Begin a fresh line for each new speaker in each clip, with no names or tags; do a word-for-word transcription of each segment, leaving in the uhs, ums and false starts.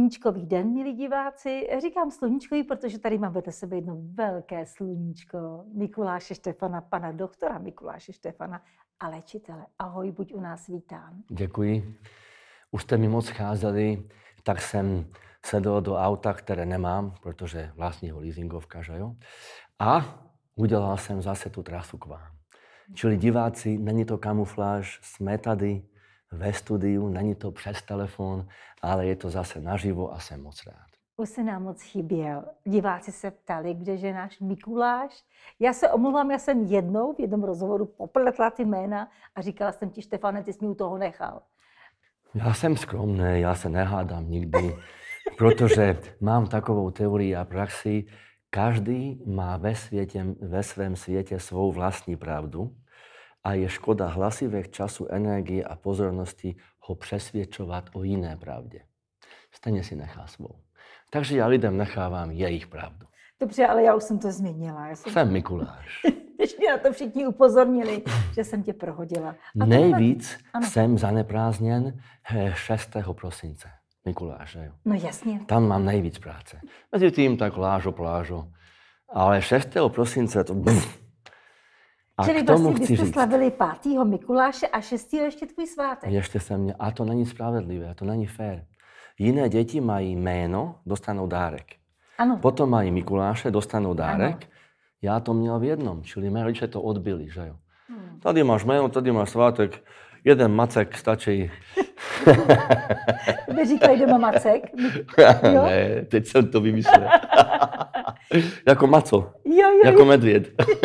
sluníčkový den, milí diváci. Říkám sluníčkový, protože tady mám vedle sebe jedno velké sluníčko Mikuláše Štefana, pana doktora Mikuláše Štefana a léčitele. Ahoj, buď u nás vítán.
Děkuji. Už jste mi moc scházeli, tak jsem sedl do auta, které nemám, protože vlastní ho leasingovka, že jo? A udělal jsem zase tu trasu k vám. Čili diváci, není to kamufláž, jsme tady ve studiu, není to přes telefon, ale je to zase naživo a jsem moc rád.
Už se nám moc chyběl. Diváci se ptali, kdeže je náš Mikuláš. Já se omluvám, já jsem jednou v jednom rozhovoru popletla ty jména a říkala jsem ti, Štefane, ty jsi mi u toho nechal.
Já jsem skromný, já se nehádám nikdy, protože mám takovou teorii a praxi, každý má ve, světě, ve svém světě svou vlastní pravdu a je škoda hlasivých času, energie a pozornosti ho přesvědčovat o jiné pravdě. Stejně si nechá svou. Takže já lidem nechávám jejich pravdu.
Dobře, ale já už jsem to změnila. Já jsem...
Jsem Mikuláš.
Když mě na to všichni upozornili, že jsem tě prohodila. A
Nejvíc
to...
jsem zaneprázdněn šestého prosince. Mikuláš, jo?
No jasně.
Tam mám nejvíc práce. Mezi tím tak lážo, plážo. Ale šestého prosince to...
A čili vlastně byste slavili pátého Mikuláše a šestého ještě tvůj svátek.
Ještě jsem mě... A to není spravedlivé, to není fér. Jiné děti mají jméno, dostanou dárek.
Ano.
Potom mají Mikuláše, dostanou dárek.
Ano.
Já to měl v jednom, čili mé rodiče to odbyli, že jo. Hmm. Tady máš jméno, tady máš svátek, jeden macek stačí.
Neříkají doma macek?
Jo? Ne, teď jsem to vymyslel. Jako maco,
jo, jo,
jako
jo.
medvěd.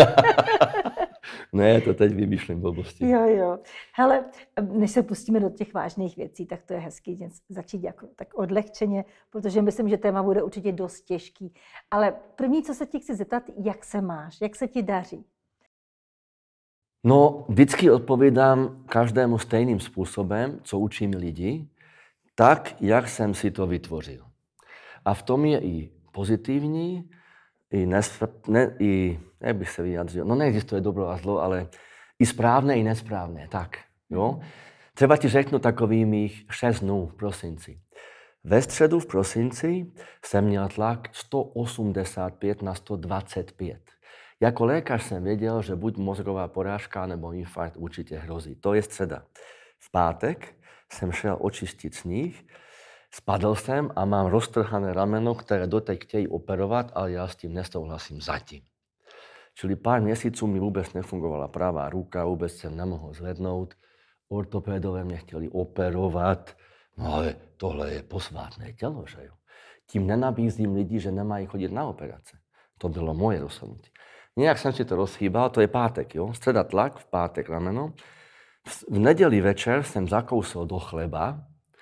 Ne, to teď vymýšlím blbosti.
Jo, jo. Hele, než se pustíme do těch vážných věcí, tak to je hezký začít jako tak odlehčeně, protože myslím, že téma bude určitě dost těžký. Ale první, co se ti chci zeptat, jak se máš, jak se ti daří?
No, vždycky odpovídám každému stejným způsobem, co učím lidi, tak, jak jsem si to vytvořil. A v tom je i pozitivní, i, nesp- ne, i jak bych se vyjadřil, no neexistuje dobro a zlo, ale i správné, i nesprávné, tak, jo. Třeba ti řeknu takových mých šest dnů v prosinci. Ve středu v prosinci jsem měl tlak sto osmdesát pět na sto dvacet pět. Jako lékař jsem věděl, že buď mozková porážka nebo infarkt určitě hrozí. To je středa. V pátek jsem šel očistit sníh, spadl jsem a mám roztrhané rameno, které doteď chtějí operovat, ale já s tím nesouhlasím zatím. Čili pár měsíců mi vůbec nefungovala pravá ruka, vůbec jsem nemohl zvednout. Ortopédové mě chtěli operovat, no ale tohle je posvátné tělo, že jo. Tím nenabízím lidi, že nemají chodit na operace. To bylo moje rozhodnutí. Nějak jsem si to rozhýbal, to je pátek, jo. Středa tlak, v pátek rameno. V neděli večer jsem zakousil do chleba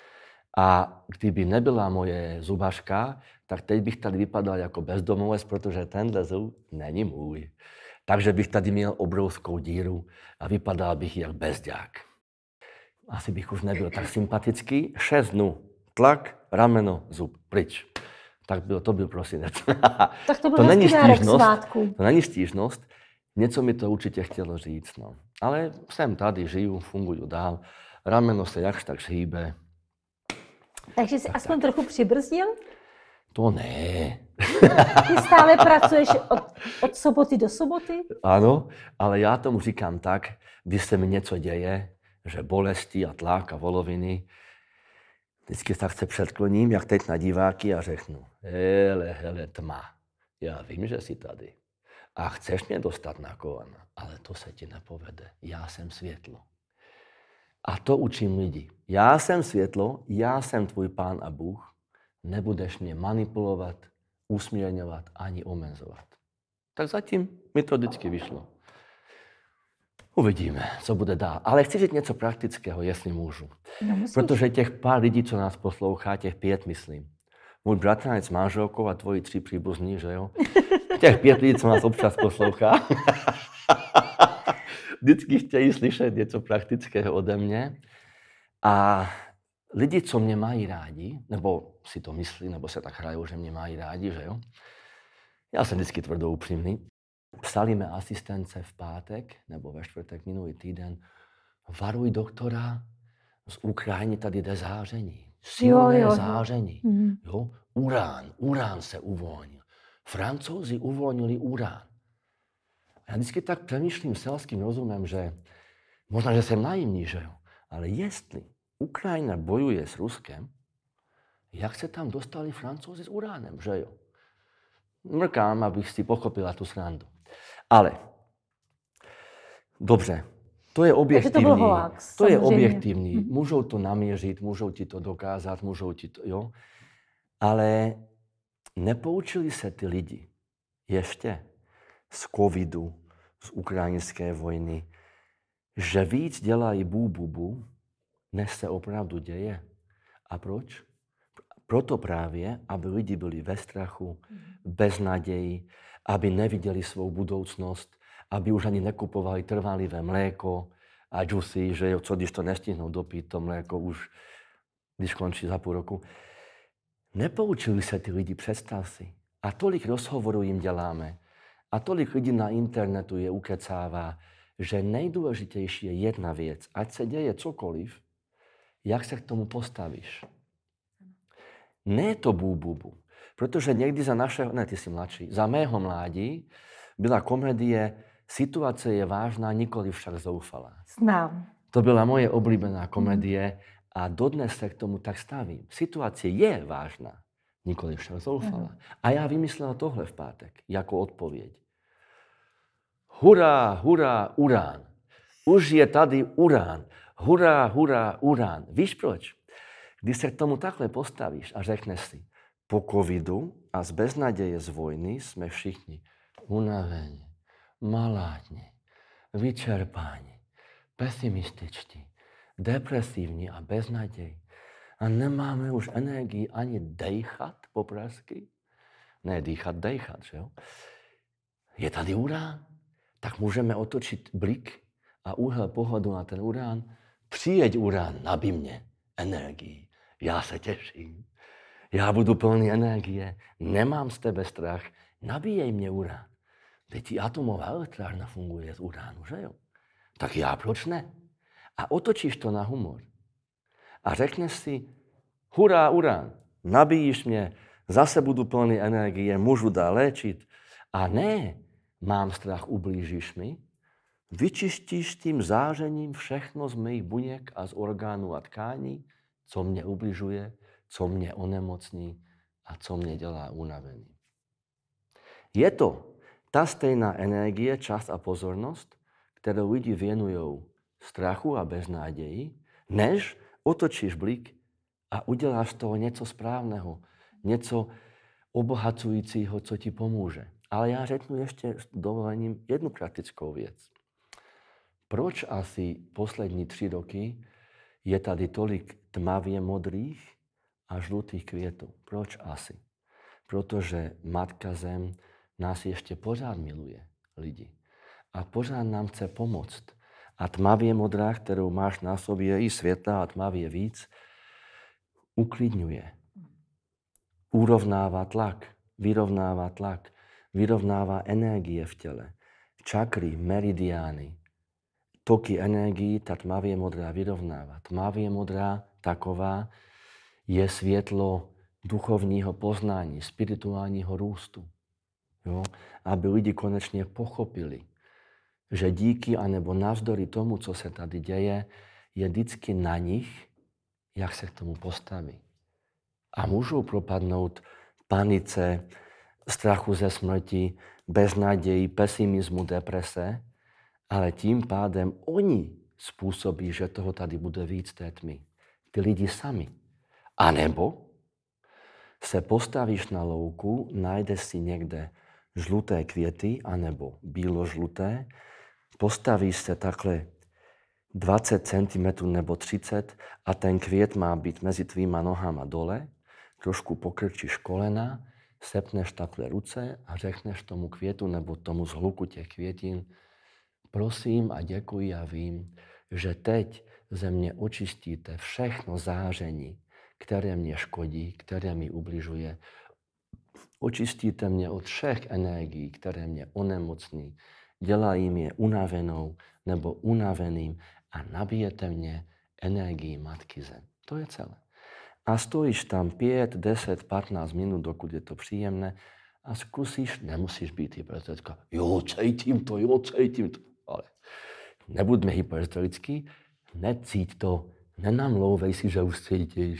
a kdyby nebyla moje zubařka, tak teď bych tady vypadal jako bezdomovec, protože tenhle zub není můj. Takže bych tady měl obrovskou díru a vypadal bych jak bezďák. Asi bych už nebyl tak sympatický. Šest dnů. Tlak, rameno, zub, pryč. Tak byl, to byl prosinec.
Tak to byl
to není stížnost,
svátku.
To není stížnost. Něco mi to určitě chtělo říct. No. Ale jsem tady, žiju, funguju dál. Rameno se jakž tak hýbe.
Takže jsi
tak,
aspoň
tak.
trochu přibrzdil?
To ne.
Ty stále pracuješ od, od soboty do soboty?
Ano, ale já tomu říkám tak, když se mi něco děje, že bolesti a tlak a voloviny, vždycky tak se předkloním, jak teď na diváky a řeknu, hele, hele, tma, já vím, že jsi tady a chceš mě dostat na kolena, ale to se ti nepovede, já jsem světlo. A to učím lidi. Já jsem světlo, já jsem tvůj pán a Bůh, nebudeš mě manipulovat, usměrňovat ani omezovat. Tak zatím mi to vždycky vyšlo. Uvidíme, co bude dál. Ale chci říct něco praktického, jestli můžu.
No,
protože těch pár lidí, co nás poslouchá, těch pět, myslím. Můj bratranec s manželkou a tvoji tři příbuzní, že jo? Těch pět lidí, co nás občas poslouchá. Vždycky chtějí slyšet něco praktického ode mě. A lidi, co mě mají rádi, nebo si to myslí, nebo se tak hrajou, že mě mají rádi, že jo? Já jsem vždycky tvrdou upřímný. Psali mé asistence v pátek nebo ve čtvrtek minulý týden, varuj doktora, z Ukrajiny tady jde záření. Silné
jo, jo.
záření.
Mhm.
Jo? Urán, urán se uvolnil. Francouzi uvolnili urán. A já vždycky tak přemýšlím selským rozumem, že možná, že jsem naivní, že jo, ale jestli Ukrajina bojuje s Ruskem, jak se tam dostali Francouzi s uránem, že jo? Mrkám, abych si pochopila tu srandu. Ale, dobře, to je objektivní.
Takže to byl hoax,
to je
samozřejmě.
objektivní.
Mhm.
Můžou to naměřit, můžou ti to dokázat, můžou ti to, jo. Ale nepoučili se ty lidi ještě z covidu, z ukrajinské vojny, že víc dělají bu, bu, bu, než se opravdu děje. A proč? Proto právě, aby lidi byli ve strachu, bez naději, aby neviděli svou budoucnost, aby už ani nekupovali trvalivé mléko a džusy, že jo, co když to nestihnou dopít, to mléko už, když končí za půl roku. Nepoučili se ty lidi, představ si. A tolik rozhovorů jim děláme. A tolik lidí na internetu je ukecává, že nejdůležitější je jedna věc. Ať se děje cokoliv, jak se k tomu postavíš. Ne to bu, bu, bu. Protože někdy za našeho, ne, ty jsi mladší, za mého mládí byla komedie Situace je vážná, nikoli však zoufalá.
Znám.
To byla moje oblíbená komedie a dodnes se k tomu tak stavím. Situace je vážná, nikoli však zoufalá. A já vymyslel tohle v pátek jako odpověď. Hurá, hurá, urán. Už je tady urán. Hurá, hurá, urán. Víš proč? Když se k tomu takhle postavíš a řekneš si, po covidu a z beznaděje z vojny jsme všichni unavení, malátní, vyčerpáni, pesimističtí, depresivní a beznaděj. A nemáme už energii ani dejchat po pražsky. Ne dýchat, dejchat, že jo? Je tady urán, tak můžeme otočit blik a úhel pohledu na ten urán. Přijeď urán, nabij mě energii. Já se těším. Já budu plný energie. Nemám z tebe strach. Nabíjej mě urán. Teď i atomová elektrárna funguje z uránu, že jo? Tak já proč ne? A otočíš to na humor. A řekneš si, hurá, urán, nabíjíš mě, zase budu plný energie, můžu dál léčit. A ne, mám strach, ublížíš mi, vyčistíš tím zářením všechno z mých buněk a z orgánů a tkání, co mě ubližuje, co mě onemocní a co mě dělá unavený. Je to ta stejná energie, čas a pozornost, kterou lidi věnují strachu a beznáději, než otočíš blik a uděláš z toho něco správného, něco obohacujícího, co ti pomůže. Ale já řeknu ještě s dovolením jednu praktickou věc. Proč asi poslední tři roky je tady tolik tmavě modrých a žlutých květů? Proč asi? Protože Matka Zem nás ještě pořád miluje, lidi. A pořád nám chce pomoct. A tmavě modrá, kterou máš na sobě, i světla a tmavě víc, uklidňuje. Urovnává tlak, vyrovnává tlak, vyrovnává energie v těle. Čakry, meridiány, toky energií, ta tmavě modrá vyrovnává. Tmavě modrá taková je světlo duchovního poznání, spirituálního růstu. Jo? Aby lidi konečně pochopili, že díky anebo navzdory tomu, co se tady děje, je vždycky na nich, jak se k tomu postaví. A můžou propadnout panice, strachu ze smrti, beznaději, pesimismu, deprese, ale tím pádem oni způsobí, že toho tady bude víc té tmy. Ty lidi sami. A nebo se postavíš na louku, najdeš si někde žluté květy, anebo bíložluté, postavíš se takhle dvacet centimetrů nebo třicet a ten květ má být mezi tvýma nohama dole, trošku pokrčíš kolena, sepneš takhle ruce a řekneš tomu květu nebo tomu zhluku těch květin, prosím a děkuji a vím, že teď ze mě očistíte všechno záření, které mě škodí, které mi ubližuje. Očistíte mě od všech energií, které mě onemocní, dělají mě unavenou nebo unaveným a nabijete mě energii Matky Zem. To je celé. a stojíš tam päť, desať, pätnásť minút, dokud je to príjemné a skúsiš, nemusíš byť hyperestrická. Jo, cítím to, jo, cítím to. Ale nebuďme hyperestrickí, necíť to, nenamlouvej si, že už cítíš.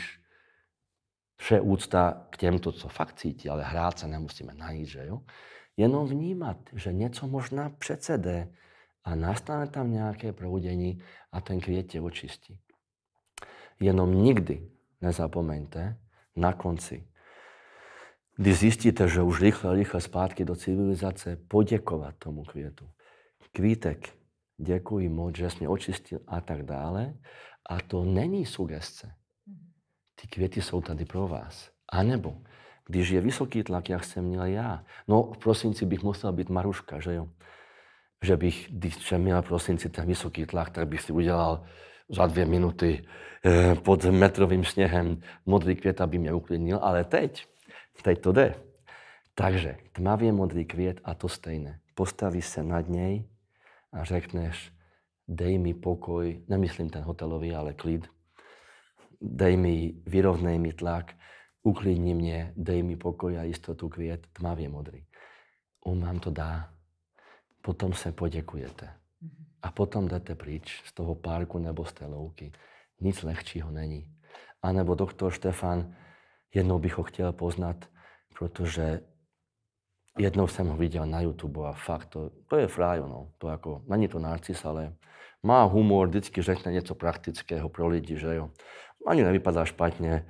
Vše úcta k těmto, co fakt cítí, ale hrát se nemusíme na nic, že jo? Jenom vnímat, že něco možná přecede a nastane tam nějaké proudění a ten květ tě očistí. Jenom nikdy nezapomeňte na konci, když zjistíte, že už rychle, rychle zpátky do civilizace, poděkovat tomu květu. Kvítek, děkuji moc, že jsi mě očistil a tak dále. A to není sugestce. Ty květy jsou tady pro vás. A nebo, když je vysoký tlak, jak jsem měl já, no v prosinci bych musel být Maruška, že jo? Že bych, když jsem měl v prosinci ten vysoký tlak, tak bych si udělal za dvě minuty eh, pod metrovým sněhem modrý květ, aby mě uklidnil, ale teď, teď to jde. Takže tmavě modrý květ a to stejné. Postavíš se nad něj a řekneš, dej mi pokoj, nemyslím ten hotelový, ale klid. Dej mi, vyrovnej mi tlak, uklidni mě, dej mi pokoj a jistotu květ, tmavě modrý. On vám to dá. Potom se poděkujete. A potom jdete pryč z toho parku nebo z té louky. Nic lehčího není. A nebo doktor Štefan, jednou bych ho chtěl poznat, protože jednou jsem ho viděl na YouTube a fakt to, to je frajo, no. To jako, není to narcis, ale má humor, vždycky řekne něco praktického pro lidi, že jo. Ani nevypadá špatně.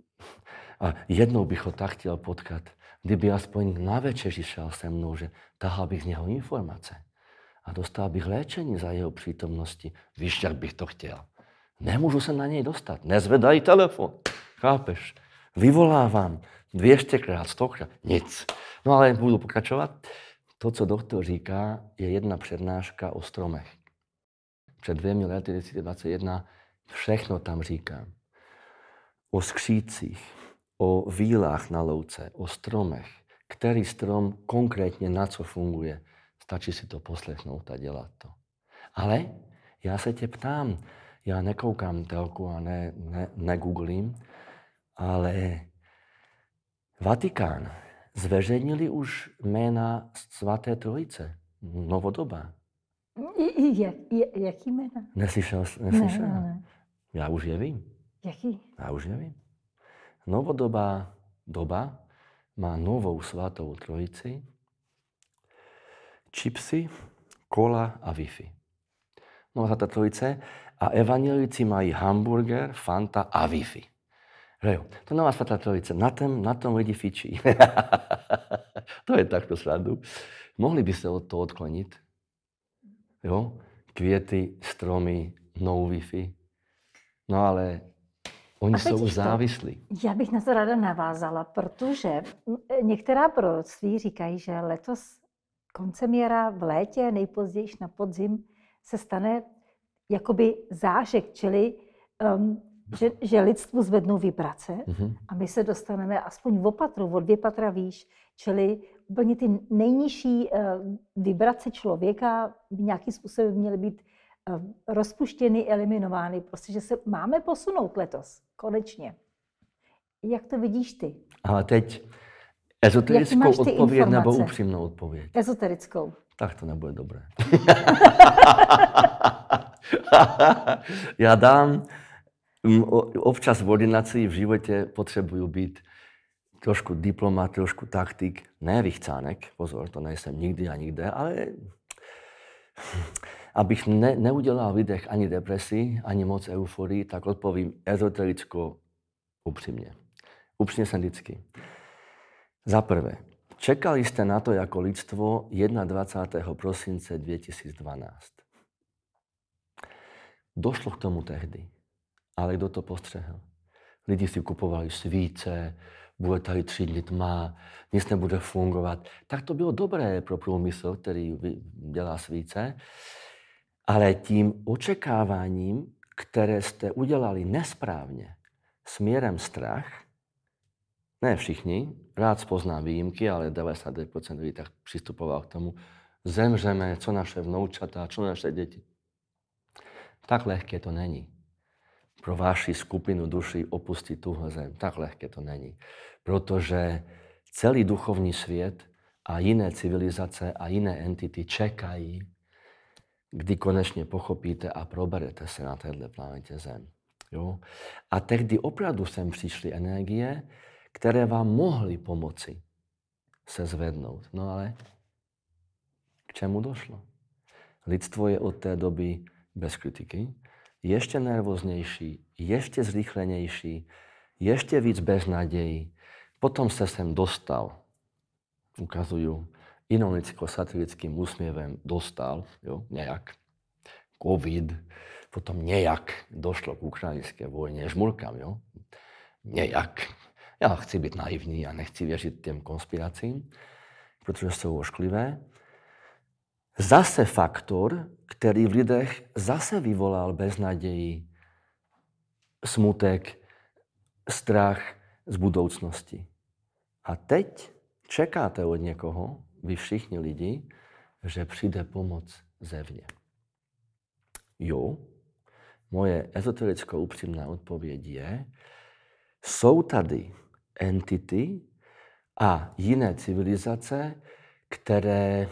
A jednou bych ho tak chtěl potkat, kdyby aspoň na večeři šel se mnou, že tahal bych z něho informace a dostal bych léčení za jeho přítomnosti. Víš, jak bych to chtěl. Nemůžu se na něj dostat. Nezvedají telefon. Chápeš? Vyvolávám dvěstěkrát, stokrát. Nic. No ale budu pokračovat. To, co doktor říká, je jedna přednáška o stromech. Před dvěmi lety, dva tisíce dvacet jedna, všechno tam říkám. O skřících, o vílách na louce, o stromech. Který strom konkrétně na co funguje. Stačí si to poslechnout a dělat to. Ale já se tě ptám, já nekoukám telku a ne, ne, negooglím, ale Vatikán zveřejnili už jména svaté trojice. Novodoba.
Jak, jaký jména?
Neslyšel, neslyšel?
Ne, ne, ne.
Já už je vím.
Jaký?
Já už je vím. Novodobá doba má novou svatou trojici, čipsy, kola a Wi-Fi. Nová svatá trojice a evangelíci mají hamburger, Fanta a Wi-Fi. Že jo, to nová svatá trojice, na tom, na tom lidi fičí. To je takto srandu. Mohli by se od toho odklonit. Jo, květy, stromy, no Wi-Fi. No ale oni jsou závislí.
Já bych na to ráda navázala, protože některá proroctví říkají, že letos koncem jara, v létě, nejpozději na podzim, se stane jakoby zážek, čili um, že, že lidstvu zvednou vibrace mm-hmm. a my se dostaneme aspoň o patru, o dvě patra výš, čili úplně ty nejnižší uh, vibrace člověka by nějakým způsobem měly být uh, rozpuštěny, eliminovány. Prostě, že se máme posunout letos, konečně. Jak to vidíš ty?
Ale teď ezoterickou odpověď nebo upřímnou odpověď?
Ezoterickou.
Tak to nebude dobré. Já dám, občas v ordinaci v životě potřebuju být trošku diplomat, trošku taktik, ne vychcánek, pozor, to nejsem nikdy a nikde, ale abych ne, neudělal v lidech ani depresi, ani moc euforii, tak odpovím ezotericko upřímně. Upřímně jsem vždycky. Za prvé, čekali jste na to jako lidstvo dvacátého prvního prosince dva tisíce dvanáct. Došlo k tomu tehdy, ale kdo to postřehl? Lidi si kupovali svíce, bude tady tři dny tma, nic nebude fungovat. Tak to bylo dobré pro průmysl, který dělá svíce, ale tím očekáváním, které jste udělali nesprávně, směrem strach, ne všichni, rád spoznám výjimky, ale devadesát devět procent lidí tak přistupoval k tomu, zemřeme, co naše vnoučata, co naše děti. Tak lehké to není. pro vaši skupinu duší opustit tuhle zem. Tak lehké to není. Protože celý duchovní svět a jiné civilizace a jiné entity čekají, kdy konečně pochopíte a proberete se na této planetě Zem. Jo? A tehdy opravdu sem přišly energie, které vám mohly pomoci se zvednout. No ale k čemu došlo? Lidstvo je od té doby bez kritiky, ještě nervóznější, ještě zrychlenější, ještě víc bez naději. Potom se sem dostal, ukazuju, ironicko-satirickým úsměvem dostal, jo, nějak, covid, potom nějak došlo k ukrajinské vojně, žmurkám, jo, nějak. Já chci být naivní a nechci věřit těm konspiracím, protože jsou ošklivé. Zase faktor, který v lidech zase vyvolal beznaději, smutek, strach z budoucnosti. A teď čekáte od někoho, vy všichni lidi, že přijde pomoc zevně. Jo, moje ezoterická upřímná odpověď je, jsou tady entity a jiné civilizace, které,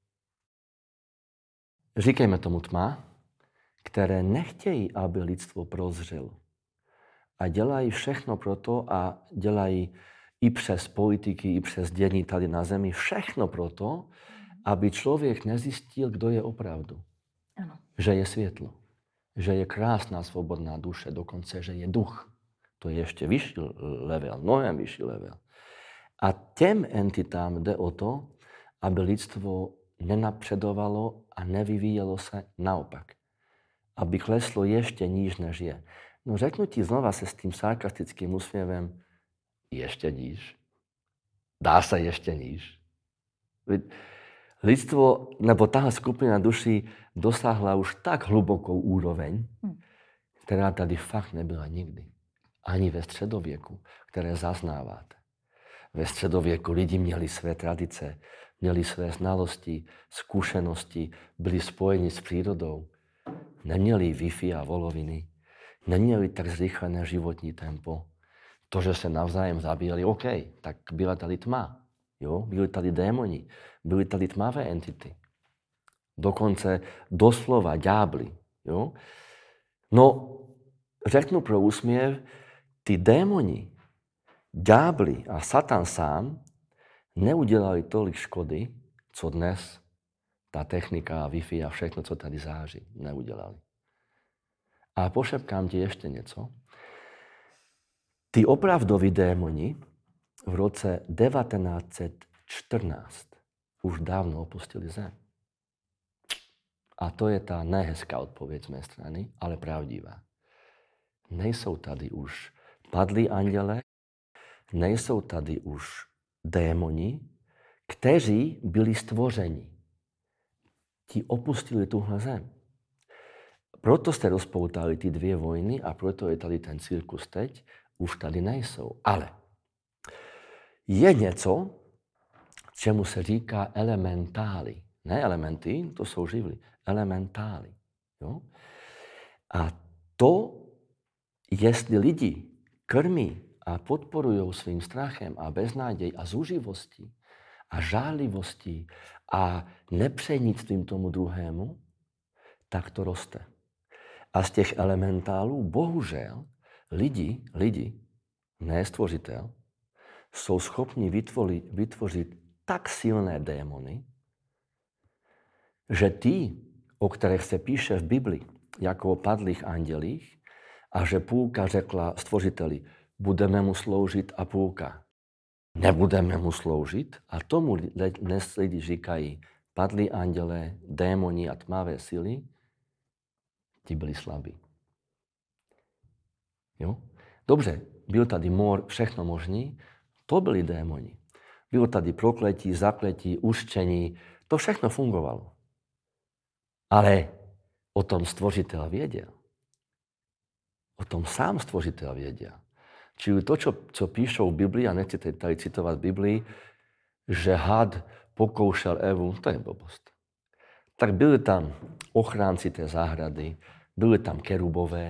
říkejme tomu tma, které nechtějí, aby lidstvo prozřelo. A dělají všechno pro to a dělají i přes politiky, i přes dění tady na zemi, všechno pro to, aby člověk nezjistil, kdo je opravdu.
Ano.
Že je světlo, že je krásná svobodná duše, dokonce, že je duch. To je ještě vyšší level, mnohem vyšší level. A těm entitám jde o to, aby lidstvo nenapředovalo a nevyvíjelo se naopak. Aby kleslo ještě níž, než je. No řeknu ti znova se s tím sarkastickým úsměvem, ještě níž. Dá se ještě níž. Lidstvo, nebo tahle skupina duší dosáhla už tak hlubokou úroveň, která tady fakt nebyla nikdy. Ani ve středověku, které zaznáváte. Ve středověku lidi měli své tradice, měli své znalosti, zkušenosti, byli spojeni s přírodou. Neměli Wi-Fi a voloviny, neměli tak zrychlené životní tempo. To, že se navzájem zabíjeli, OK, tak byla tady tma, jo? Byli tady démoni, byly tady tmavé entity. Dokonce doslova ďábli. Jo? No, řeknu pro úsměv, ty démoni, ďábli a Satan sám neudělali tolik škody, co dnes ta technika a Wi-Fi a všechno, co tady září, neudělali. A pošepkám ti ještě něco. Ty opravdoví démoni v roce devatenáct set čtrnáct už dávno opustili zem. A to je ta nehezká odpověď z mé strany, ale pravdivá. Nejsou tady už padlí anděle, nejsou tady už démoni, kteří byli stvořeni. Ti opustili tuhle zem. Proto jste rozpoutali ty dvě vojny a proto je tady ten cirkus teď, už tady nejsou. Ale je něco, čemu se říká elementály. Ne elementy, to jsou živly. Elementály. Jo? A to, jestli lidi krmí a podporují svým strachem a beznáděj a zuživostí a žárlivostí a nepřenictvím tomu druhému, tak to roste. A z těch elementálů, bohužel, lidi, lidi, ne stvořitel, jsou schopni vytvořit, vytvořit tak silné démony, že ty, o kterých se píše v Bibli jako o padlých andělích, a že půlka řekla stvořiteli, budeme mu sloužit a půlka nebudeme mu sloužit, a tomu dnes lidi říkají padlí anděle, démoni a tmavé síly, ti byli slabí. Jo? Dobře, byl tady mor, všechno možný, to byli démoni. Bylo tady prokletí, zakletí, uštění, to všechno fungovalo. Ale o tom stvořitel věděl. O tom sám stvořitel věděl. Čili to, čo, co píšou v Biblii, a nechcete tady citovat Biblii, že had pokoušel Evu, to je blbost. Tak byli tam ochránci té zahrady, byli tam kerubové,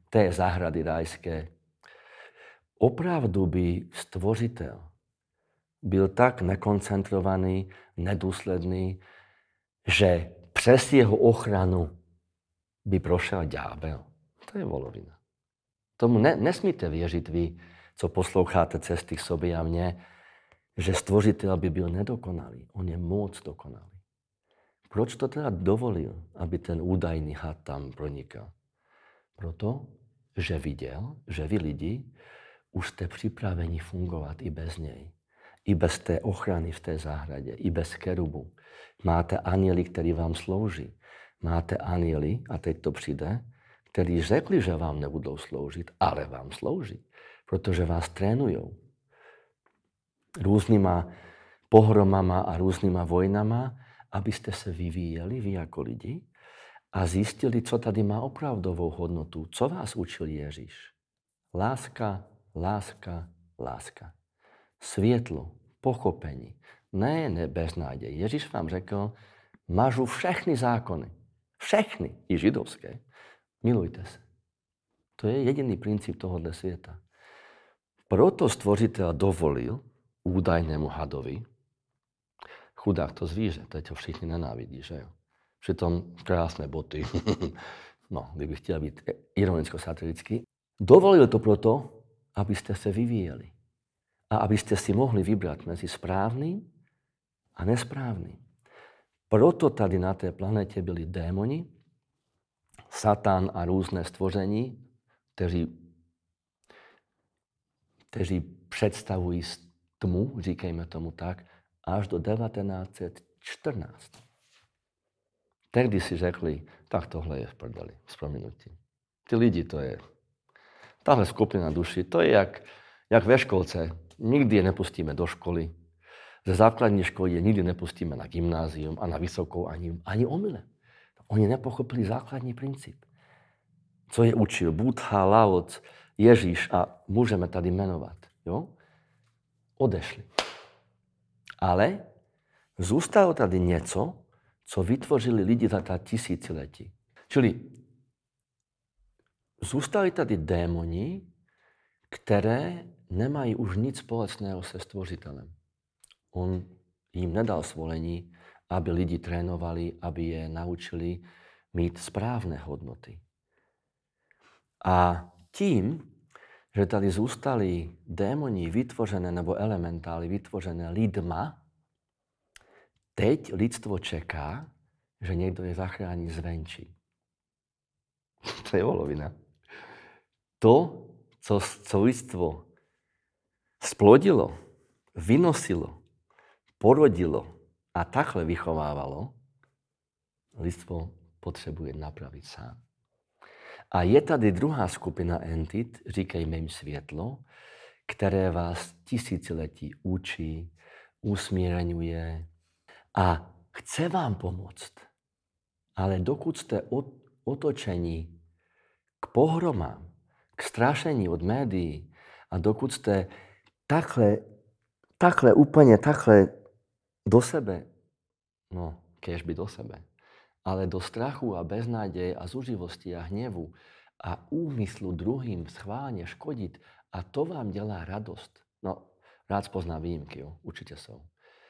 té zahrady rajské. Opravdu by stvořitel byl tak nekoncentrovaný, nedůsledný, že přes jeho ochranu by prošel ďábel. To je volovina. Tomu ne, nesmíte věřit vy, co posloucháte Cesty k sobě a mně, že stvořitel by byl nedokonalý. On je moc dokonalý. Proč to teda dovolil, aby ten údajný had tam pronikal? Proto, že viděl, že vy lidi už jste připraveni fungovat i bez něj. I bez té ochrany v té zahradě, i bez kerubu. Máte anjely, který vám slouží. Máte anjely, a teď to přijde, kteří řekli, že vám nebudou sloužit, ale vám slouží, protože vás trénujou. Různýma pohromama a různýma vojnama, abyste se vyvíjeli, vy jako lidi, a zjistili, co tady má opravdovou hodnotu. Co vás učil Ježíš? Láska, láska, láska. Světlo, pochopení, ne, ne beznaděj. Ježíš vám řekl, mažu všechny zákony, všechny, i židovské, milujte se. To je jediný princip tohoto světa. Proto stvořitel dovolil údajnému hadovi, chudák to zvíře, teď ho všichni nenávidí, že jo? Přitom krásné boty, no, kdybych chtěl být ironicko-satirický, dovolil to proto, abyste se vyvíjeli. A abyste si mohli vybrat mezi správným a nesprávným. Proto tady na té planetě byli démoni, Satan a různé stvoření, kteří, kteří představují tmu, říkejme tomu tak, až do devatenáct set čtrnáct. Tehdy si řekli, tak tohle je v prdeli, s prominutím. Ty lidi, to je, tahle skupina duši, to je jak, jak ve školce. Nikdy je nepustíme do školy. Ze základní školy je nikdy nepustíme na gymnázium a na vysokou ani, ani omylem. Oni nepochopili základní princip. Co je učil Buddha, Lao Tse, Ježíš a můžeme tady jmenovat. Jo? Odešli. Ale zůstalo tady něco, co vytvořili lidi za ta tisíciletí. Čili zůstali tady démoni, které nemají už nic společného se stvořitelem. On jim nedal svolení, aby lidi trénovali, aby je naučili mít správné hodnoty. A tím, že tady zůstali démoni vytvořené nebo elementály vytvořené lidma, teď lidstvo čeká, že někdo je zachrání zvenčí. To je volovina. To, co, co lidstvo splodilo, vynosilo, porodilo a takhle vychovávalo, lidstvo potřebuje napravit sám. A je tady druhá skupina entit, říkejme jim světlo, které vás tisíciletí učí, usmírňuje a chce vám pomoct. Ale dokud jste otočení k pohromám, k strašení od médií a dokud jste takhle, takhle úplně takhle do sebe, no, kéž by do sebe, ale do strachu a beznaděje a zuřivosti a hněvu a úmyslu druhým schválně škodit a to vám dělá radost. No, rád poznám výjimky, jo, určitě jsou.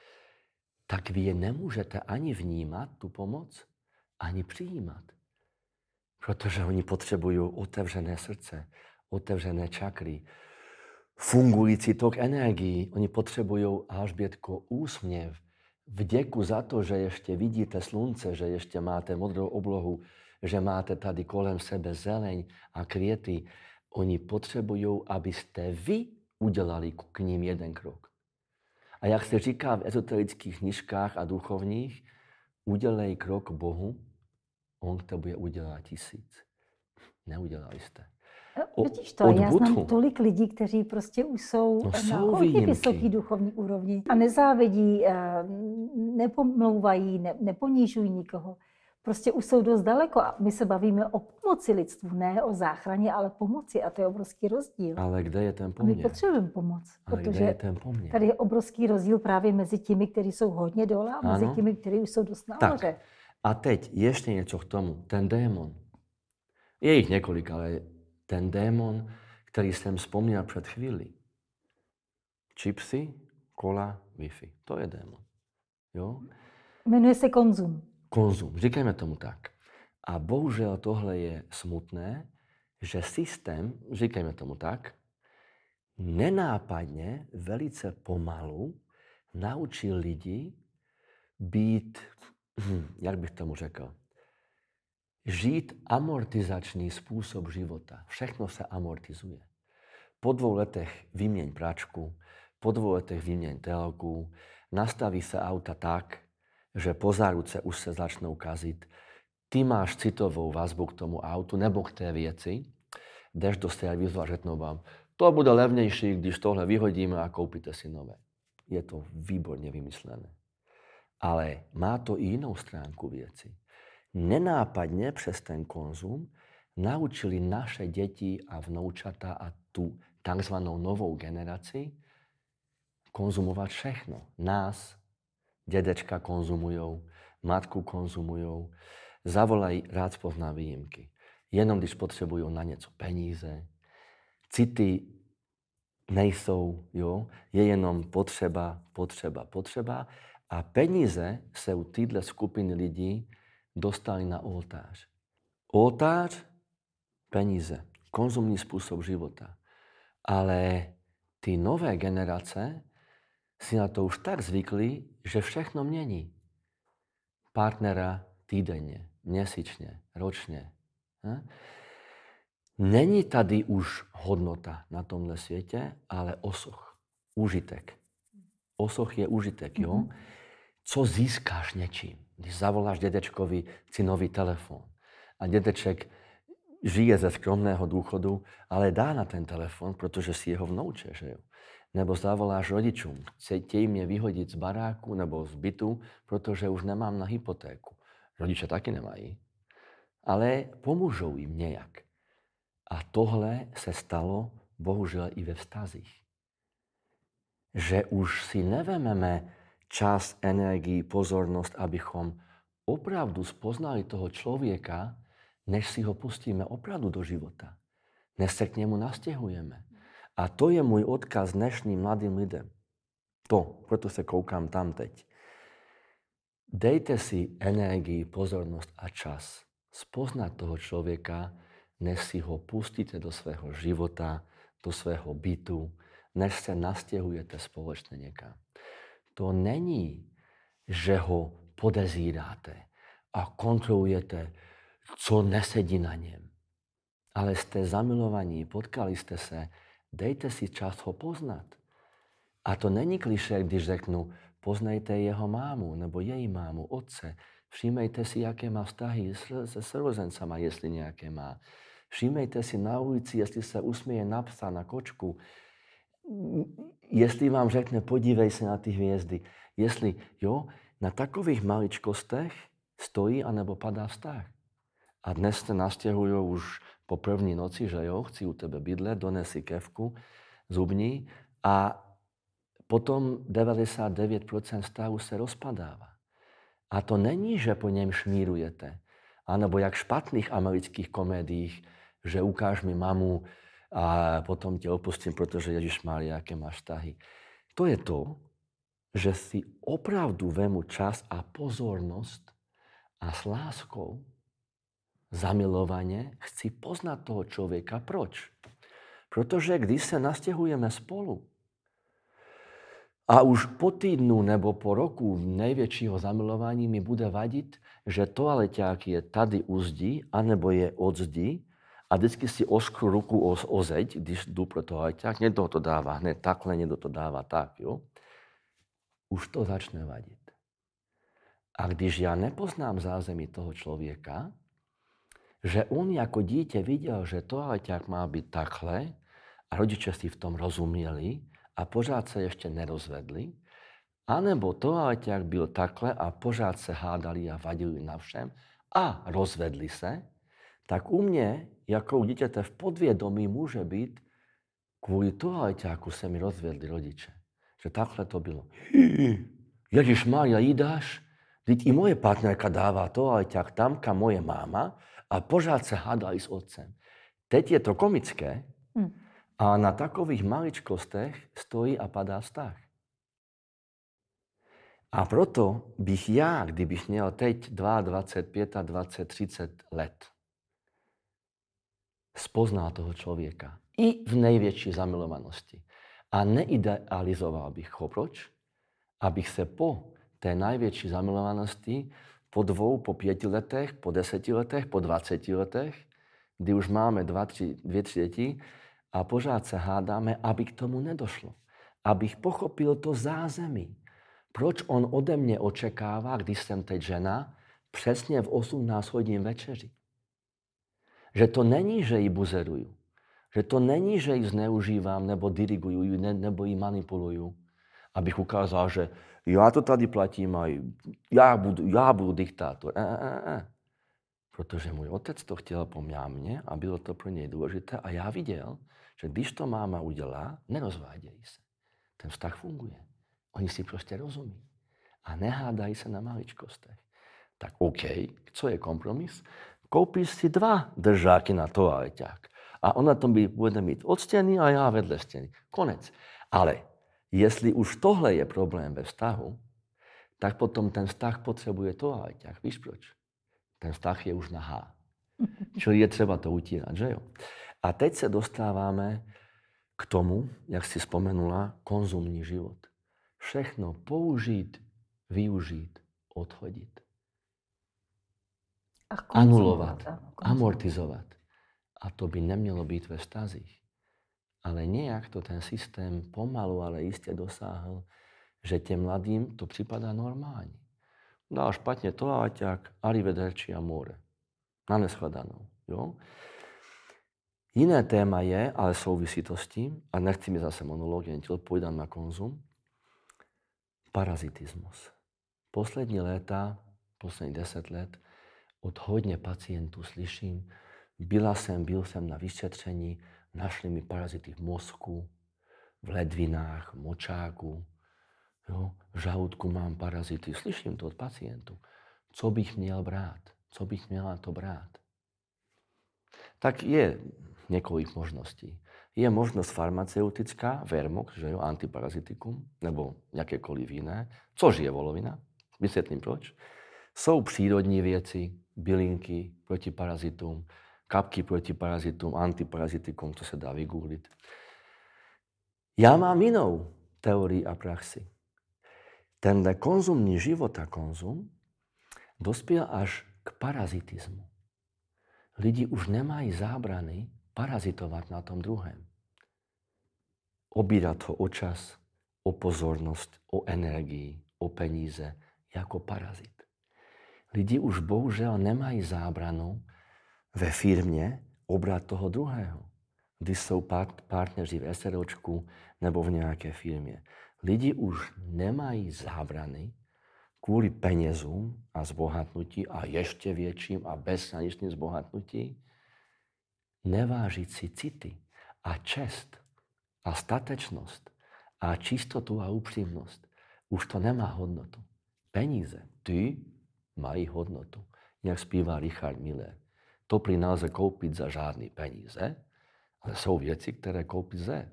Tak vy je nemůžete ani vnímat, tu pomoc, ani přijímat. Protože oni potřebují otevřené srdce, otevřené čakry, fungující tok energií. Oni potřebují, Alžbětko, úsměv, vděku za to, že ještě vidíte slunce, že ještě máte modrou oblohu, že máte tady kolem sebe zeleň a květy. Oni potřebují, abyste vy udělali k ním jeden krok. A jak se říká v ezoterických knížkách a duchovních, udělej krok k Bohu, on k tobě udělá tisíc. Neudělali jste.
O, Vidíš to, já Budhu. Znám tolik lidí, kteří prostě už jsou,
no,
na
jsou
hodně vysoké duchovní úrovni a nezávidí, nepomlouvají, ne, neponížují nikoho. Prostě už jsou dost daleko a my se bavíme o pomoci lidstvu, ne o záchraně, ale pomoci a to je obrovský rozdíl.
Ale kde je ten poměr?
A my potřebujeme pomoc,
ale
protože
kde je ten poměr?
Tady je obrovský rozdíl právě mezi těmi, kteří jsou hodně dole a mezi
ano?
těmi, kteří už jsou dost nahoře.
A teď ještě něco k tomu. Ten démon. Je jich několik, ale Ten démon, který jsem vzpomněl před chvíli. Chipsy, kola, Wi-Fi. To je démon. Jo?
Jmenuje se konzum.
Konzum, říkejme tomu tak. A bohužel tohle je smutné, že systém, říkejme tomu tak, nenápadně, velice pomalu naučil lidi být, hm, jak bych tomu řekl, žít amortizační způsob života. Všechno se amortizuje. Po dvou letech vyměň pračku, po dvou letech vyměň telku, nastaví se auta tak, že po záruce už se začnou kazit. Ty máš citovou vazbu k tomu autu nebo k té věci, jdeš do servisu a řeknou vám, to bude levnější, když tohle vyhodíme a koupíte si nové. Je to výborně vymyslené. Ale má to i jinou stránku věci. Nenápadně přes ten konzum naučili naše děti a vnoučata a tu takzvanou novou generaci konzumovat všechno. Nás, dědečka konzumujou, matku konzumujou, zavolají, rád pozná výjimky. Jenom když potřebují na něco peníze, city nejsou, jo? Je jenom potřeba, potřeba, potřeba a peníze se u této skupiny lidí dostali na oltář. Oltář, peníze, konzumní způsob života. Ale ty nové generace si na to už tak zvykli, že všechno mění. Partnera týdenně, měsíčně, ročně. Hm? Není tady už hodnota na tomhle světě, ale osoch, užitek. Osoch je užitek, jo? Mm-hmm. Co získáš něčím? Když zavoláš dědečkovi, chci nový telefon a dědeček žije ze skromného důchodu, ale dá na ten telefon, protože si jeho vnouče, že jo? Nebo zavoláš rodičům, chtějí mě vyhodit z baráku nebo z bytu, protože už nemám na hypotéku. Rodiče taky nemají, ale pomůžou jim nějak. A tohle se stalo bohužel i ve vztazích. Že už si nevememe čas, energii, pozornost, abychom opravdu spoznali toho člověka, než si ho pustíme opravdu do života. Než se k němu nastěhujeme. A to je můj odkaz dnešním mladým lidem. To, proto se koukám tam teď. Dejte si energii, pozornost a čas spoznat toho člověka, než si ho pustíte do svého života, do svého bytu, než se nastěhujete společně někam. To není, že ho podezíráte a kontrolujete, co nesedí na něm. Ale jste zamilovaní, potkali jste se, dejte si čas ho poznat. A to není klišé, když řeknu, poznejte jeho mámu nebo její mámu, otce. Všímejte si, jaké má vztahy se sourozencama, jestli nějaké má. Všímejte si na ulici, jestli se usměje na psa, na kočku. Jestli vám řekne, podívej se na ty hvězdy. Jestli, jo, na takových maličkostech stojí anebo padá vztah. A dnes se nastěhují už po první noci, že jo, chci u tebe bydlet, dones si kevku, zubní a potom devadesát devět procent vztahu se rozpadává. A to není, že po něm šmírujete, anebo jak v špatných amerických komédiích, že ukáž mi mamu a potom tě opustím, protože Ježišmarja, jaké máš vztahy. To je to, že si opravdu vemu čas a pozornost a s láskou, zamilovaně chci poznat toho člověka. Proč? Protože když se nastěhujeme spolu a už po týdnu nebo po roku největšího zamilování mi bude vadit, že toaleťák je tady u zdi, anebo je od zdi a vždycky si oskru ruku o, o zeď, když jdu pro toaleťák, někdo to dává hned takhle, někdo to dává tak, jo? Už to začne vadit. A když já nepoznám zázemí toho člověka, že on jako dítě viděl, že toaleťák má být takhle a rodiče si v tom rozuměli a pořád se ještě nerozvedli, anebo toaleťák byl takhle a pořád se hádali a vadili na všem a rozvedli se, tak u mě, jako u dítěte v podvědomí může být, kvůli toaleťáku se mi rozvedli rodiče. Že takhle to bylo. Ježišmarja, jídáš? Vždyť i moje partnerka dává toaleťák tam, kam moje máma, a pořád se hádali s otcem. Teď je to komické,
Hm.
a na takových maličkostech stojí a padá vztah. A proto bych já, kdybych měl teď dvacet dva, dvacet pět, třicet let, spoznal toho člověka i v největší zamilovanosti. A neidealizoval bych ho. Proč? Abych se po té největší zamilovanosti po dvou, po pěti letech, po deseti letech, po dvaceti letech, kdy už máme dva, tři, dvě, tři děti a pořád se hádáme, aby k tomu nedošlo. Abych pochopil to zázemí. Proč on ode mě očekává, když jsem teď žena, přesně v osmnáct hodin večeři. Že to není, že ji buzeruju. Že to není, že ji zneužívám, nebo diriguju, ne, nebo ji manipuluju. Abych ukázal, že já to tady platím a já budu, já budu diktátor. E, e, e. Protože můj otec to chtěl po mně a bylo to pro něj důležité a já viděl, že když to máma udělá, nerozvádějí se. Ten vztah funguje. Oni si prostě rozumí. A nehádají se na maličkostech. Tak OK, co je kompromis? Koupíš si dva držáky na toaleťák. A ona to bude mít od stěny a já vedle stěny. Konec. Ale jestli už tohle je problém ve vztahu, tak potom ten vztah potřebuje toaleťák. Víš proč? Ten vztah je už nahá. Čili je třeba to utírat, že jo? A teď se dostáváme k tomu, jak jsi vzpomenula, konzumní život. Všechno použít, využít, odhodit.
A
anulovat,
ano,
amortizovat. A to by nemělo být ve vztazích. Ale nějak to ten systém pomalu, ale jistě dosáhl, že těm mladým to připadá normální. Dá špatně toaleťák, arrivederci amore. Na neschledanou. Jo? Jiné téma je, ale souvisí to s tím, a nechci mi zase monolog, jen ti odpovídám na konzum, parazitismus. Poslední léta, poslední deset let, od hodně pacientů slyším, byla jsem, byl jsem na vyšetření, našli mi parazity v mozku, v ledvinách, močáku, jo, v žaludku mám parazity. Slyším to od pacientů. Co bych měl brát? Co bych měla to brát? Tak je několik možností. Je možnost farmaceutická, Vermox, že jo, antiparazitikum, nebo jakékoliv jiné, což je volovina. Vysvětlím proč. Jsou přírodní věci, bylinky proti parazitům, kapky proti parazitům, antiparazitikum, to se dá vygooglit. Já mám jinou teorii a praxi. Tenhle konzumní život a konzum dospěl až k parazitismu. Lidi už nemají zábrany parazitovat na tom druhém. Obírat ho o čas, o pozornost, o energii, o peníze, jako parazit. Lidi už bohužel nemají zábranu ve firmě obrat toho druhého, když jsou partneři v SROčku nebo v nějaké firmě. Lidi už nemají zábrany kvůli penězům a zbohatnutí a ještě větším a bezhraničným zbohatnutí nevážit si city a čest a statečnost a čistotu a upřímnost. Už to nemá hodnotu. Peníze, ty mají hodnotu. Jak zpívá Richard Miller. To prý nelze koupit za žádný peníze, ale jsou věci, které koupit lze.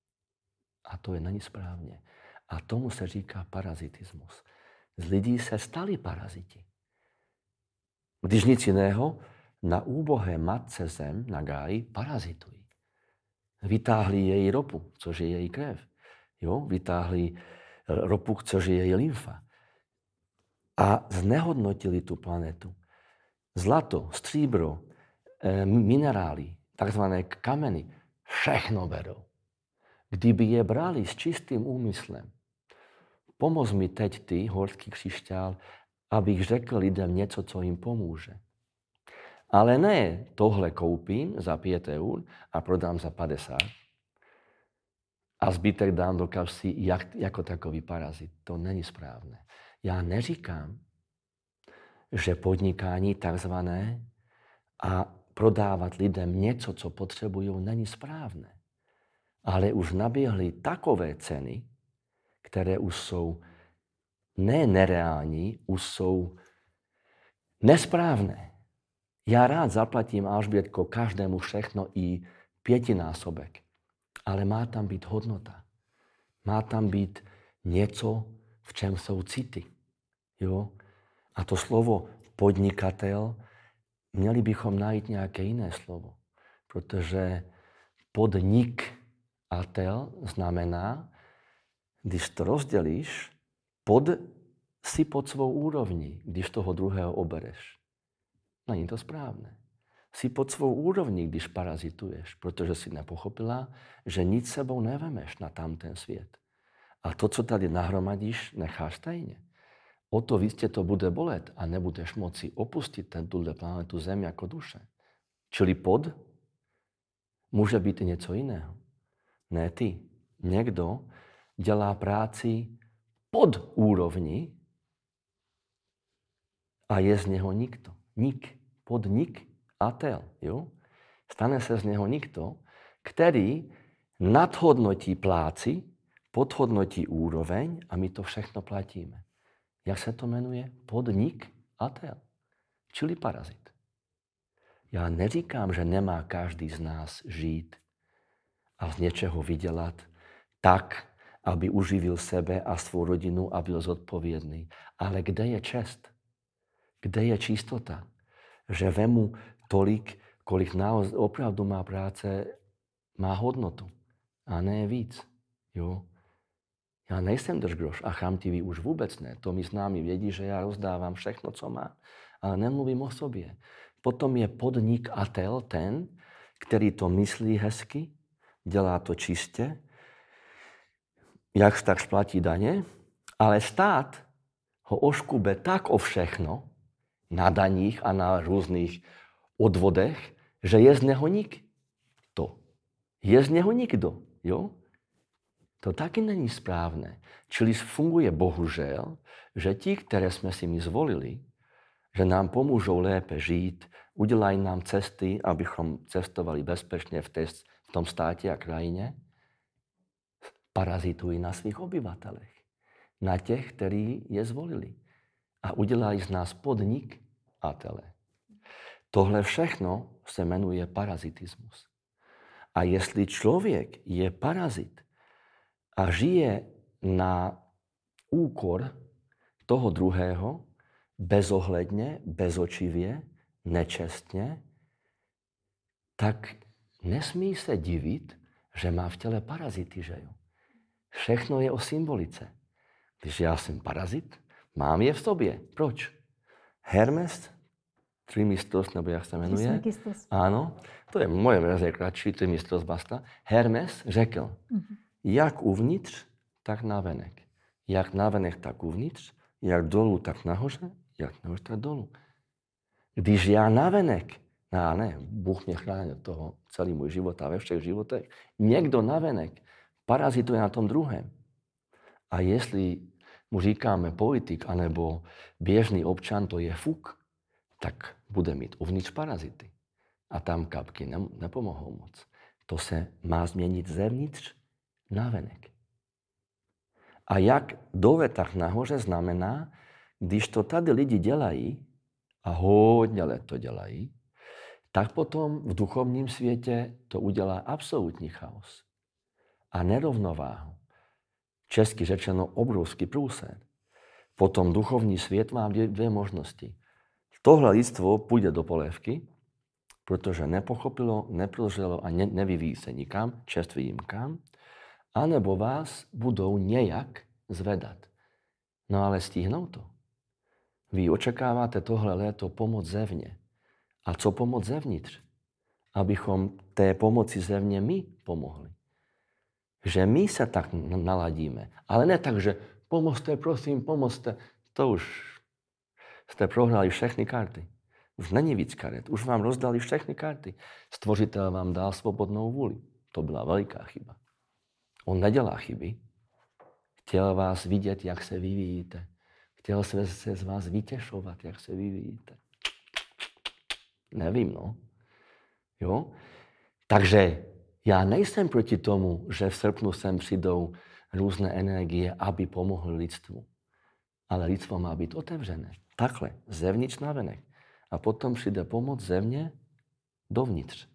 A to je není správně. A tomu se říká parazitismus. Z lidí se stali paraziti. Když nic jiného, na úbohé matce zem, na Gáji, parazitují. Vytáhli její ropu, což je její krev. Jo? Vytáhli ropu, což je její lymfa. A znehodnotili tu planetu. Zlato, stříbro, e, minerály, takzvané kameny, všechno berou. Kdyby je brali s čistým úmyslem, pomoz mi teď ty, horský křišťál, abych řekl lidem něco, co jim pomůže. Ale ne, tohle koupím za pět eur a prodám za padesát. A zbytek dám do kapsy jak, jako takový parazit. To není správné. Já neříkám, že podnikání takzvané a prodávat lidem něco, co potřebují, není správné. Ale už naběhly takové ceny, které už jsou ne nereální, už jsou nesprávné. Ja rád zaplatím, Alžbietko, každému všechno i pětinásobek. Ale má tam být hodnota. Má tam být něco, v čem jsou city. Jo? A to slovo podnikatel, měli bychom najít nějaké jiné slovo. Protože podnikatel znamená, když to rozdělíš, pod, si pod svou úrovní, když toho druhého obereš. Není to správné. Jsi pod svou úrovní, když parazituješ, protože si nepochopila, že nic sebou nevemeš na tamten svět. A to, co tady nahromadíš, necháš stejně. O to víc tě to bude bolet a nebudeš moci opustit tuhle planetu Zem jako duše. Čili pod může být i něco jiného. Ne ty. Někdo dělá práci pod úrovní a je z něho nikto. Nik. Podnik a tel. Jo? Stane se z něho nikto, který nadhodnotí pláci, podhodnotí úroveň a my to všechno platíme. Jak se to jmenuje? Podnik a tel. Čili parazit. Já neříkám, že nemá každý z nás žít a z něčeho vydělat tak, aby uživil sebe a svou rodinu a byl zodpovědný. Ale kde je čest? Kde je čistota? Že vemu tolik, kolik naoz, opravdu má práce, má hodnotu. A ne víc. Jo? Já nejsem držgroš a chamtivý už vůbec ne. To mi známí vědí, že já rozdávám všechno, co má. Ale nemluvím o sobě. Potom je podnikatel ten, který to myslí hezky, dělá to čistě, jakž tak splatí daně, ale stát ho oškube tak o všechno, na daních a na různých odvodech, že je z něho nikdo. Je z něho nikdo, jo? To taky není správné. Čili funguje bohužel, že ti, které jsme si my zvolili, že nám pomůžou lépe žít, udělají nám cesty, abychom cestovali bezpečně v, té, v tom státě a krajině, parazitují na svých obyvatelech, na těch, kteří je zvolili. A udělají z nás podnikatele. Tohle všechno se jmenuje parazitismus. A jestli člověk je parazit a žije na úkor toho druhého, bezohledně, bezočivě, nečestně, tak nesmí se divit, že má v těle parazity, že jo? Všechno je o symbolice. Když já jsem parazit, mám je v sobě. Proč? Hermes, Trismegistos, nebo jak se jmenuje?
Trismegistos.
Ano, to je moje verze kratší, Trismegistos basta. Hermes řekl, mm-hmm. jak uvnitř, tak navenek. Jak navenek, tak uvnitř, jak dolů, tak nahoře, jak nahoře, tak dolů. Když já navenek, no ne, Bůh mě chrání od toho celý můj život a ve všech životech, někdo navenek parazituje na tom druhém. A jestli mu říkáme politik anebo běžný občan, to je fuk, tak bude mít uvnitř parazity. A tam kapky ne, nepomohou moc. To se má změnit zevnitř navenek. A jak dole, tak nahoře znamená, když to tady lidi dělají, a hodně let to dělají, tak potom v duchovním světě to udělá absolutní chaos a nerovnováhu. Česky řečeno obrovský průser. Potom duchovní svět má dvě možnosti. Tohle lidstvo půjde do polévky, protože nepochopilo, neprozřelo a ne, nevyvíjí se nikam, čest výjimkám, anebo vás budou nějak zvedat. No ale stihnou to. Vy očekáváte tohle léto pomoc zevně. A co pomoc zevnitř? Abychom té pomoci zevně my pomohli. Že my se tak naladíme. Ale ne tak, že pomozte, prosím, pomozte. To už jste prohrali všechny karty. Už není víc karet. Už vám rozdali všechny karty. Stvořitel vám dal svobodnou vůli. To byla veliká chyba. On nedělá chyby. Chtěl vás vidět, jak se vyvíjíte. Chtěl se z vás vytěšovat, jak se vyvíjíte. Nevím, no. Jo? Takže já nejsem proti tomu, že v srpnu sem přijdou různé energie, aby pomohly lidstvu. Ale lidstvo má být otevřené. Takhle, zevnitř navenek. a potom přijde pomoc zevně dovnitř.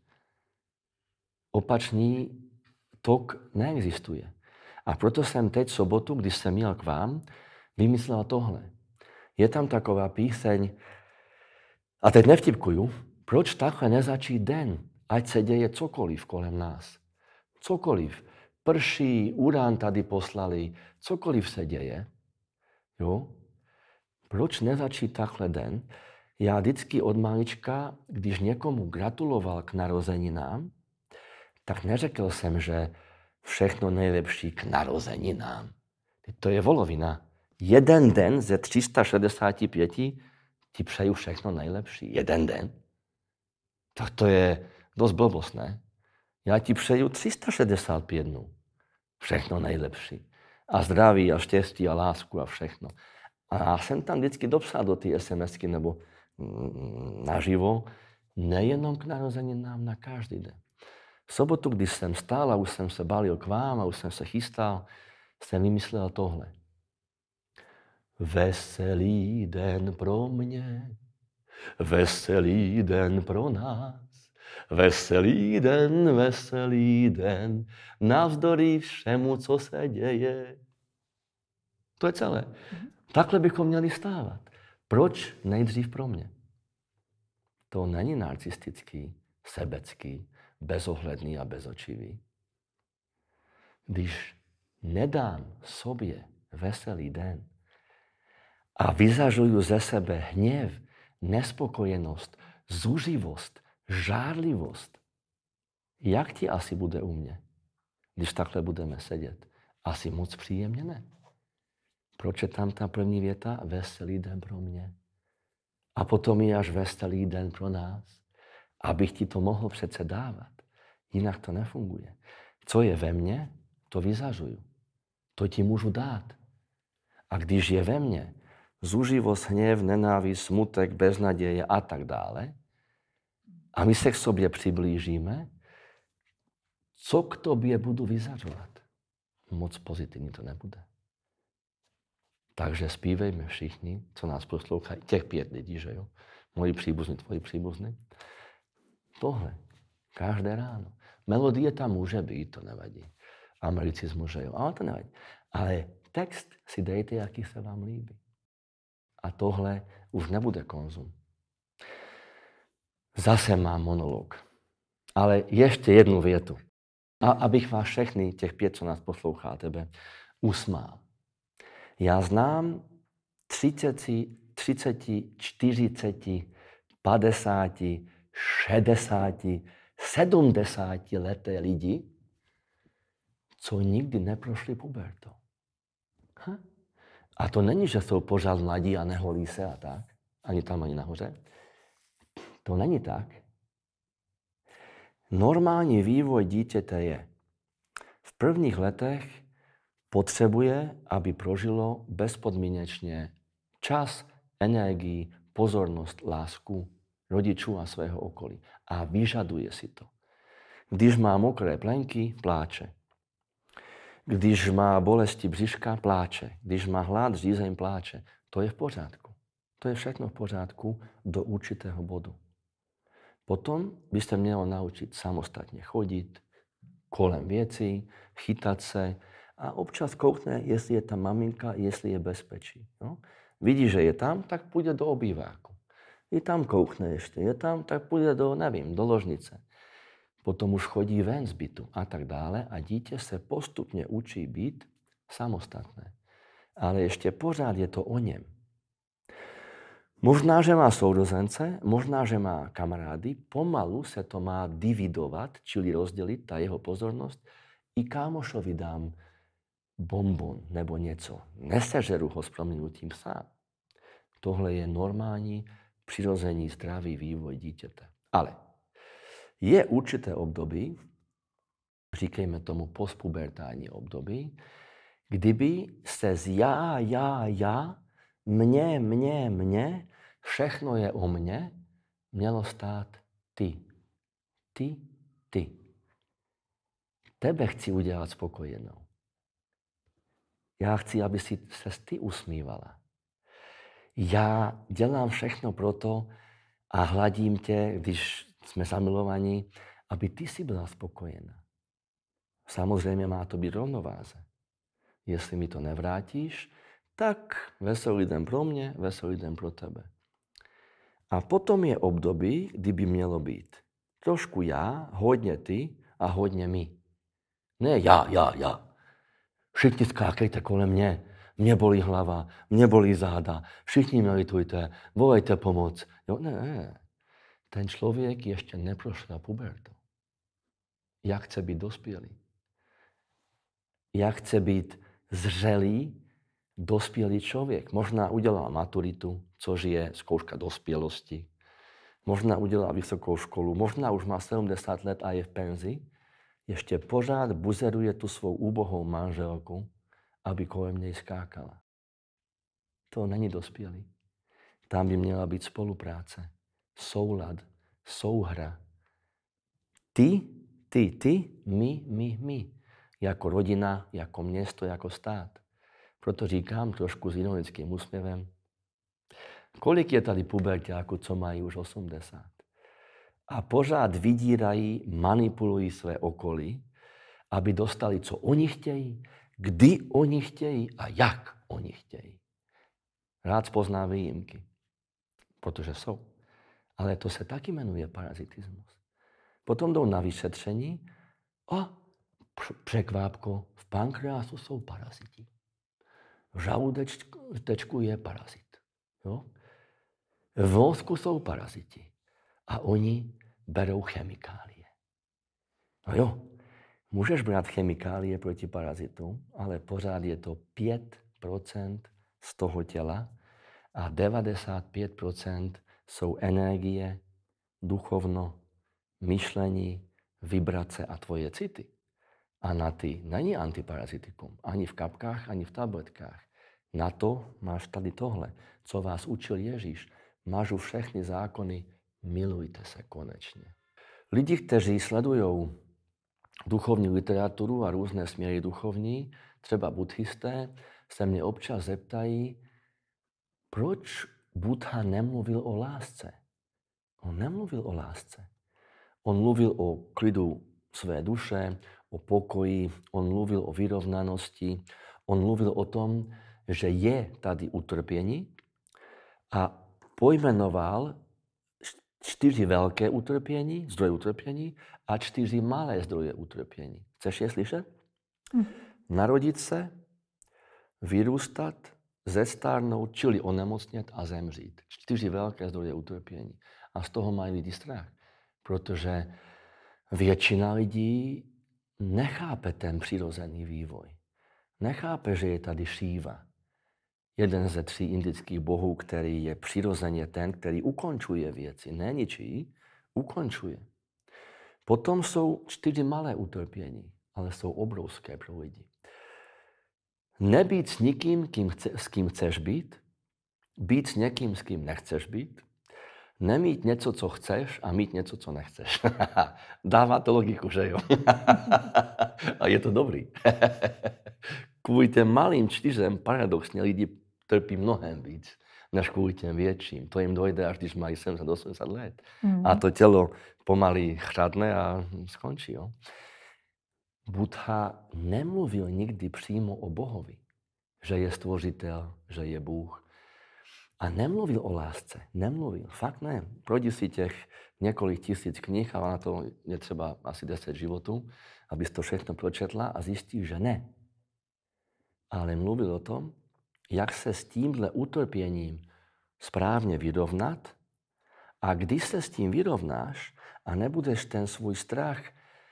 Opačný tok neexistuje. A proto jsem teď sobotu, když jsem jel k vám, vymyslel tohle. Je tam taková píseň, a teď nevtipkuju, proč takhle nezačít den, ať se děje cokoliv kolem nás. Cokoliv. Prší, urán tady poslali, cokoliv se děje. Jo? Proč nezačít takhle den? Já vždycky od malička, když někomu gratuloval k narozeninám, tak neřekl jsem, že všechno nejlepší k narozeninám. To je volovina. Jeden den ze tři sta šedesát pět ti přeju všechno nejlepší. Jeden den. Tak to je dost blbost, ne? Já ti přeju tři sta šedesát pět dnů. Všechno nejlepší. A zdraví a štěstí a lásku a všechno. A já jsem tam vždycky dopsal do ty SMSky nebo mm, naživo, nejenom k narozeninám, na každý den. V sobotu, když jsem stál a už jsem se balil k vám a už jsem se chystal, jsem vymyslel tohle. Veselý den pro mě, veselý den pro nás, veselý den, veselý den, navzdory všemu, co se děje. To je celé. Takhle bychom měli stávat. Proč nejdřív pro mě? To není narcistický, sebecký, bezohledný a bezočivý. Když nedám sobě veselý den a vyzažuju ze sebe hněv, nespokojenost, zuřivost, žárlivost, jak ti asi bude u mě, když takhle budeme sedět? Asi moc příjemně ne. Proč je tam ta první věta? Veselý den pro mě. A potom je až veselý den pro nás. Abych ti to mohl přece dávat. Jinak to nefunguje. Co je ve mně, to vyzařuju. To ti můžu dát. A když je ve mně zuřivost, hněv, nenávist, smutek, beznaděje a tak dále, a my se k sobě přiblížíme, co k tobě budu vyzařovat? Moc pozitivní to nebude. Takže zpívejme všichni, co nás poslouchají, těch pět lidí, že jo? Moji příbuzní, tvoji příbuzní. Tohle. Každé ráno. Melodie tam může být, to nevadí. Americismus, že jo? Ale to nevadí. Ale text si dejte, jaký se vám líbí. A tohle už nebude konzum. Zase mám monolog. Ale ještě jednu větu. A abych vás všechny, těch pět, co nás poslouchá, tebe, usmál. Já znám třicet, třicet, čtyřicet, padesát, šedesát, sedmdesát leté lidi, co nikdy neprošli pubertou. Ha? A to není, že jsou pořád mladí a neholí se a tak, ani tam, ani nahoře. To není tak. Normální vývoj dítěte je. V prvních letech potřebuje, aby prožilo bezpodmínečně čas, energii, pozornost, lásku rodičů a svého okolí. A vyžaduje si to. Když má mokré plenky, pláče. Když má bolesti břiška, pláče. Když má hlad, žízeň, pláče. To je v pořádku. To je všechno v pořádku do určitého bodu. Potom byste měli naučit samostatně chodit, kolem věcí, chytat se a občas koukne, jestli je tam maminka, jestli je bezpečí. No? Vidí, že je tam, tak půjde do obýváku. I tam koukne ještě, je tam, tak půjde do, nevím, do ložnice. Potom už chodí ven z bytu a tak dále a dítě se postupně učí být samostatné. Ale ještě pořád je to o něm. Možná, že má sourozence, možná, že má kamarády, pomalu se to má dividovat, čili rozdělit ta jeho pozornost. I kámošovi dám bonbon nebo něco. Nesežeru ho s prominutím sám. Tohle je normální, přirozený, zdravý vývoj dítěte. Ale je určité období, říkejme tomu postpubertální období, kdyby se z já, já, já, mě, mě, mě, všechno je o mně, mělo stát ty. Ty, ty. Tebe chci udělat spokojenou. Já chci, aby si se ty usmívala. Já dělám všechno proto, a hladím tě, když jsme zamilovaní, aby ty si byla spokojená. Samozřejmě má to být rovnováze. Jestli mi to nevrátíš, tak veselý den pro mě, veselý den pro tebe. A potom je období, kdy by mělo být trošku já, hodně ty a hodně my. Ne já, já, já. Všichni skákejte kolem mě. Mě bolí hlava, mě bolí záda. Všichni mě litujte, volejte pomoc. Jo, ne, ne. Ten člověk ještě neprošel pubertu. Jak chce být dospělý? Jak chce být zřelý, dospělý člověk? Možná udělal maturitu, což je zkouška dospělosti. Možná udělal vysokou školu, možná už má sedmdesát let a je v penzi. Ještě pořád buzeruje tu svou úbohou manželku, aby kolem něj skákala. To není dospělý. Tam by měla být spolupráce, soulad, souhra. Ty, ty, ty, my, my, my. Jako rodina, jako město, jako stát. Proto říkám trošku s ironickým úsměvem. Kolik je tady puberťáků, co mají už osmdesát? A pořád vydírají, manipulují své okolí, aby dostali, co oni chtějí, kdy oni chtějí a jak oni chtějí. Rád pozná výjimky, protože jsou. Ale to se taky jmenuje parazitismus. Potom jdou na vyšetření a překvápko, v pankreasu jsou paraziti. V žaludečku je parazit. Jo? V mozku jsou paraziti. A oni berou chemikálie. No jo, můžeš brát chemikálie proti parazitům, ale pořád je to pět procent z toho těla a devadesát pět procent jsou energie, duchovno, myšlení, vibrace a tvoje city. A na ty není antiparazitikum. Ani v kapkách, ani v tabletkách. Na to máš tady tohle, co vás učil Ježíš. Máš všechny zákony, milujte se konečně. Lidi, kteří sledují duchovní literaturu a různé směry duchovní, třeba buddhisté, se mě občas zeptají, proč Buddha nemluvil o lásce. On nemluvil o lásce. On mluvil o klidu své duše, o pokoji, on mluvil o vyrovnanosti, on mluvil o tom, že je tady utrpění a pojmenoval čtyři velké utrpění, zdroje utrpění a čtyři malé zdroje utrpění. Chceš je slyšet? Mm. Narodit se, vyrůstat, zestárnout, čili onemocnět a zemřít. Čtyři velké zdroje utrpění. A z toho mají lidi strach, protože většina lidí nechápe ten přirozený vývoj. Nechápe, že je tady Šiva. Jeden ze tří indických bohů, který je přirozeně ten, který ukončuje věci, ne ničí, ukončuje. Potom jsou čtyři malé utrpění, ale jsou obrovské pro lidi. Nebýt s nikým, kým chce, s kým chceš být, být s někým, s kým nechceš být, nemít něco, co chceš a mít něco, co nechceš. Dává to logiku, že jo? A je to dobrý. Kvůli těm malým čtyřem paradoxně lidi trpí mnohem víc, než kvůli těm větším. To jim dojde, až když mají sedmdesát osmdesát let. Mm. A to tělo pomalý chřadne a skončí. Jo? Buddha nemluvil nikdy přímo o Bohovi, že je stvořitel, že je Bůh. A nemluvil o lásce, nemluvil, fakt ne. Projdi si těch několik tisíc knih, ale na to je třeba asi deset životů, abys to všechno pročetla a zjistíš, že ne. Ale mluvil o tom, jak se s tímhle utrpěním správně vyrovnat a když se s tím vyrovnáš a nebudeš ten svůj strach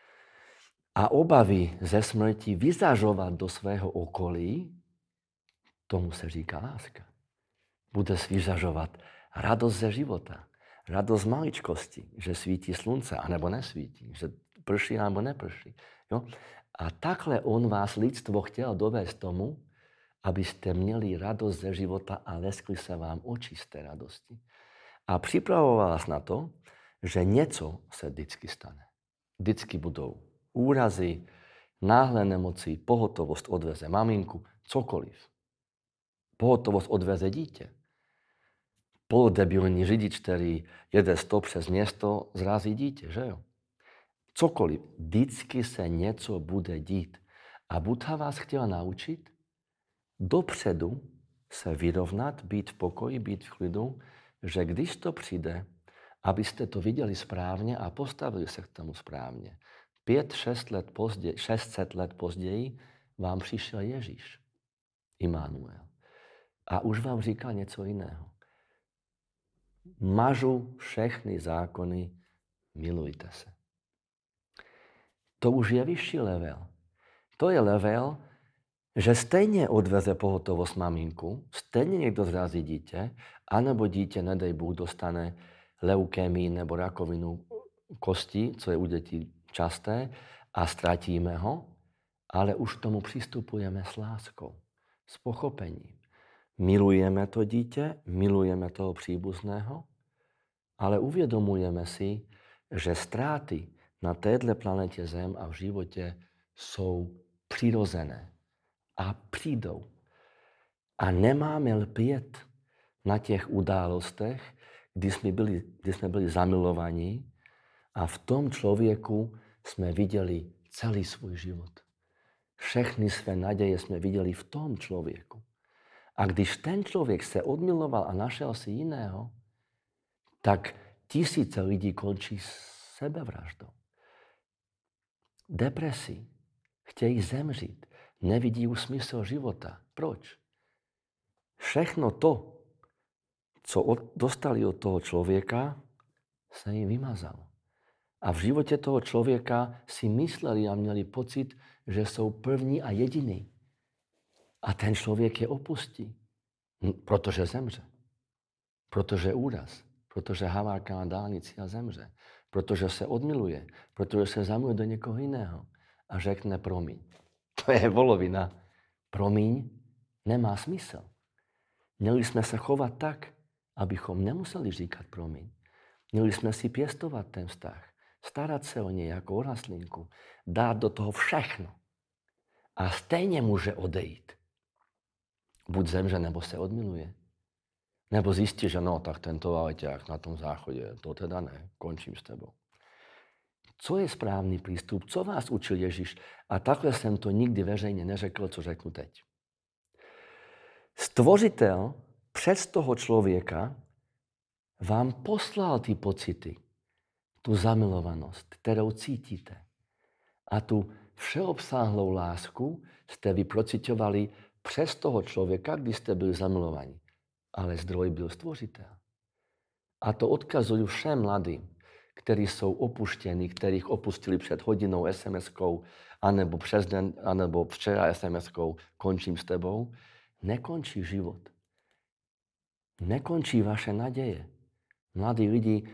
a obavy ze smrti vyzařovat do svého okolí, tomu se říká láska. Budeš vyzařovat radost ze života, radost z maličkosti, že svítí slunce, anebo nesvítí, že prší, anebo neprší. Jo? A takhle on vás lidstvo chtěl dovést tomu, abyste měli radost ze života a leskli se vám oči z té radosti. A připravoval vás na to, že něco se vždycky stane. Vždycky budou úrazy, náhle nemoci, pohotovost odveze maminku, cokoliv. Pohotovost odveze dítě. polodebilní řidič, který jede sto přes město, zrazí dítě, že jo? Cokoliv, vždycky se něco bude dít. A Buddha vás chtěl naučit dopředu se vyrovnat, být v pokoji, být v klidu, že když to přijde, abyste to viděli správně a postavili se k tomu správně. Pět, šest let později, šestset let později vám přišel Ježíš, Immanuel. A už vám říká něco jiného. Mažu všechny zákony, milujte se. To už je vyšší level. To je level, že stejně odveze pohotovost maminku, stejně někdo zrazí dítě, anebo dítě, nedej Bůh, dostane leukémii nebo rakovinu kosti, co je u dětí časté, a ztratíme ho, ale už k tomu přistupujeme s láskou, s pochopením. Milujeme to dítě, milujeme toho příbuzného, ale uvědomujeme si, že ztráty na téhle planetě Zem a v životě jsou přirozené a přijdou. A nemáme lpět na těch událostech, kdy jsme byli, kdy jsme byli zamilovaní a v tom člověku jsme viděli celý svůj život. Všechny své naděje jsme viděli v tom člověku. A když ten člověk se odmiloval a našel si jiného, tak tisíce lidí končí sebevraždou. Depresí. Chtějí zemřít. Nevidí už smysl života. Proč? Všechno to, co od, dostali od toho člověka, se jim vymazalo. A v životě toho člověka si mysleli a měli pocit, že jsou první a jediný. A ten člověk je opustí, protože zemře. Protože úraz. Protože havárka na dálnici a zemře. Protože se odmiluje. Protože se zamiluje do někoho jiného. A řekne promiň. To je volovina. Promiň nemá smysl. Měli jsme se chovat tak, abychom nemuseli říkat promiň. Měli jsme si pěstovat ten vztah. Starat se o něj jako o rastlinku. Dát do toho všechno. A stejně může odejít. Buď zemře, nebo se odmiluje. Nebo zjistí, že no, tak ten toaleťák na tom záchodě, to teda ne, končím s tebou. Co je správný přístup? Co vás učil Ježíš? A takhle jsem to nikdy veřejně neřekl, co řeknu teď. Stvořitel přes toho člověka vám poslal ty pocity, tu zamilovanost, kterou cítíte. A tu všeobsáhlou lásku jste vy prociťovali přes toho člověka, když jste byli zamilovaní. Ale zdroj byl stvořitel. A to odkazuju všem mladým, kteří jsou opuštěni, kterých opustili před hodinou es em eskou, anebo přes den, anebo včera es em eskou, končím s tebou. Nekončí život. Nekončí vaše naděje. Mladí lidi,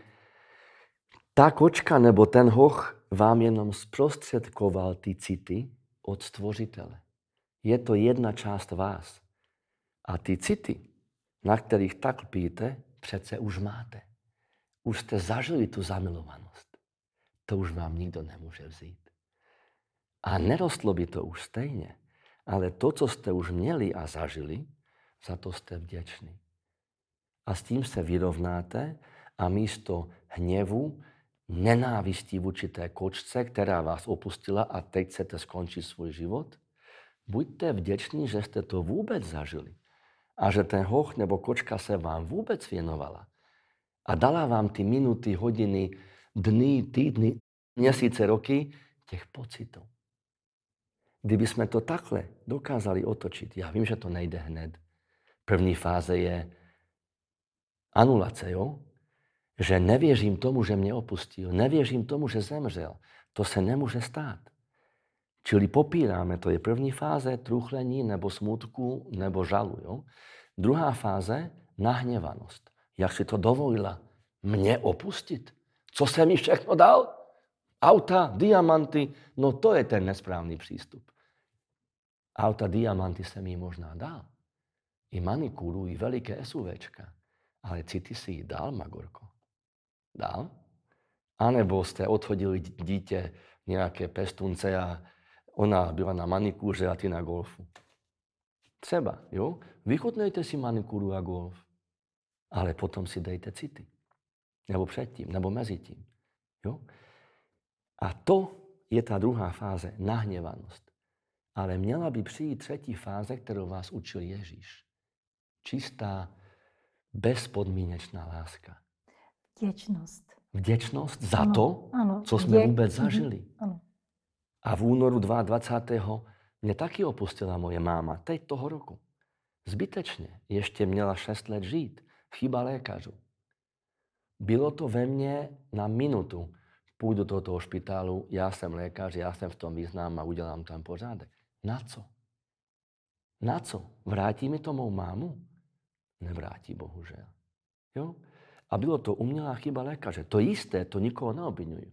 ta kočka nebo ten hoch vám jenom zprostředkoval ty city od stvořitele. Je to jedna část vás. A ty city, na kterých tak lpíte, přece už máte. Už jste zažili tu zamilovanost. To už vám nikdo nemůže vzít. A nerostlo by to už stejně. Ale to, co jste už měli a zažili, za to jste vděční. A s tím se vyrovnáte a místo hněvu, nenávistí vůči té kočce, která vás opustila a teď chcete skončit svůj život, buďte vděční, že jste to vůbec zažili. A že ten hoch nebo kočka se vám vůbec věnovala. A dala vám ty minuty, hodiny, dny, týdny, měsíce, roky těch pocitů. Kdyby jsme to takhle dokázali otočit, já vím, že to nejde hned. První fáze je anulace, jo? Že nevěřím tomu, že mě opustil, nevěřím tomu, že zemřel. To se nemůže stát. Čili popíráme, to je první fáze truchlení nebo smutku nebo žalu. Jo? Druhá fáze, nahněvanost. Jak si to dovolila mě opustit? Co se mi všechno dal? Auta, diamanty, no to je ten nesprávný přístup. Auta, diamanty se mi možná dal. I manikúru, i veliké SUVčka. Ale city si ji dal, Magorko? Dal? A nebo jste odhodili dítě nějaké pestunce a ona byla na manikúře a ty na golfu. Třeba, jo? Vychutnejte si manikúru a golf. Ale potom si dejte city. Nebo předtím, nebo mezi tím. Jo? A to je ta druhá fáze, nahněvanost. Ale měla by přijít třetí fáze, kterou vás učil Ježíš. Čistá, bezpodmínečná láska.
Vděčnost.
Vděčnost za
Ano,
to,
ano,
co jsme
vděk-
vůbec
mhm,
zažili.
Ano.
A v únoru dvacátého mě taky opustila moje máma, teď toho roku. Zbytečně. Ještě měla šest let žít. Chyba lékařů. Bylo to ve mně na minutu. Půjdu do toho špitálu, já jsem lékař, já jsem v tom význam a udělám tam pořádek. Na co? Na co? Vrátí mi to mou mámu? Nevrátí, bohužel. Jo? A bylo to umělá chyba lékaře. To jisté, to nikoho neobvinuju.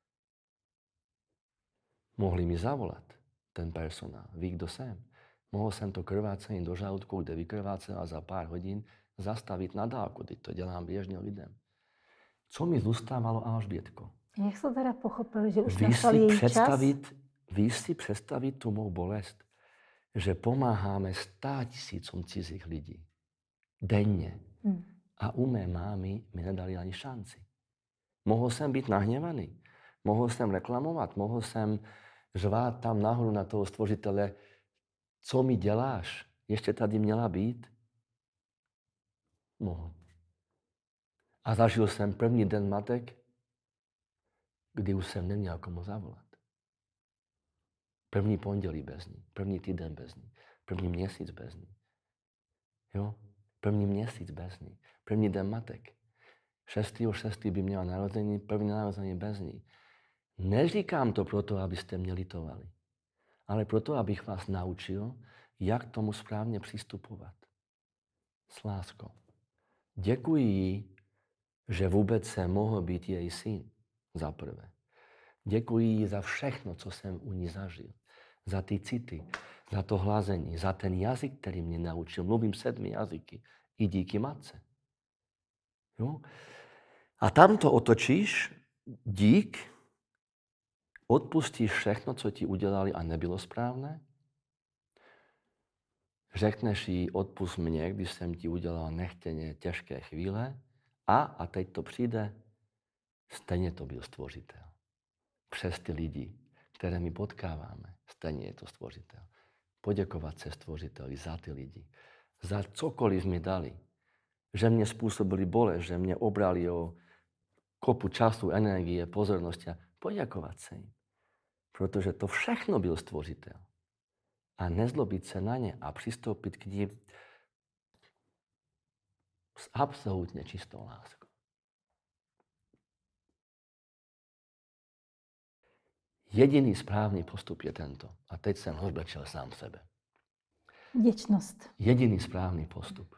Mohli mi zavolat ten personál. Ví, kdo jsem. Mohl jsem to krvácení do žaludku, kde vykrvácela za pár hodin, zastavit na dálku, když to dělám běžně lidem. Co mi zůstávalo, Alžbětko?
Jak jsi teda pochopil, že už
Vy
nastal
si,
její čas?
představit, vy si představit tu mou bolest, že pomáháme státisícům cizích lidí denně.
Hmm.
A u mé mámy mi nedali ani šanci. Mohl jsem být nahněvaný, mohl jsem reklamovat, mohl jsem řvát tam nahoru na toho stvořitele, co mi děláš, ještě tady měla být? Mohl. A zažil jsem první den matek, kdy už jsem neměl komu zavolat. První pondělí bez ní, první týden bez ní, první měsíc bez ní. Jo? První měsíc bez ní, první den matek. Šestýho šestý by měla narození, první narození bez ní. Neříkám to proto, abyste mě litovali, ale proto, abych vás naučil, jak tomu správně přistupovat. S láskou. Děkuji jí, že vůbec jsem mohl být její syn, za prvé. Děkuji jí za všechno, co jsem u ní zažil. Za ty city, za to hlazení, za ten jazyk, který mě naučil. Mluvím sedmi jazyky i díky matce. Jo? A tam to otočíš, dík, odpustíš všechno, co ti udělali a nebylo správné. Řekneš jí, odpust mě, když jsem ti udělal nechtěně těžké chvíle. A, a teď to přijde, stejně to byl stvořitel. Přes ty lidi, které my potkáváme, stejně je to stvořitel. Poděkovat se stvořiteli za ty lidi, za cokoliv mi dali. Že mě způsobili bolest, že mě obrali o kopu času, energie, pozornosti. Poděkovat se jim. Protože to všechno byl stvořitel. A nezlobit se na ně a přistoupit k nim s absolutně čistou láskou. Jediný správný postup je tento. A teď jsem rozbrečel sám sebe.
Vděčnost.
Jediný správný postup.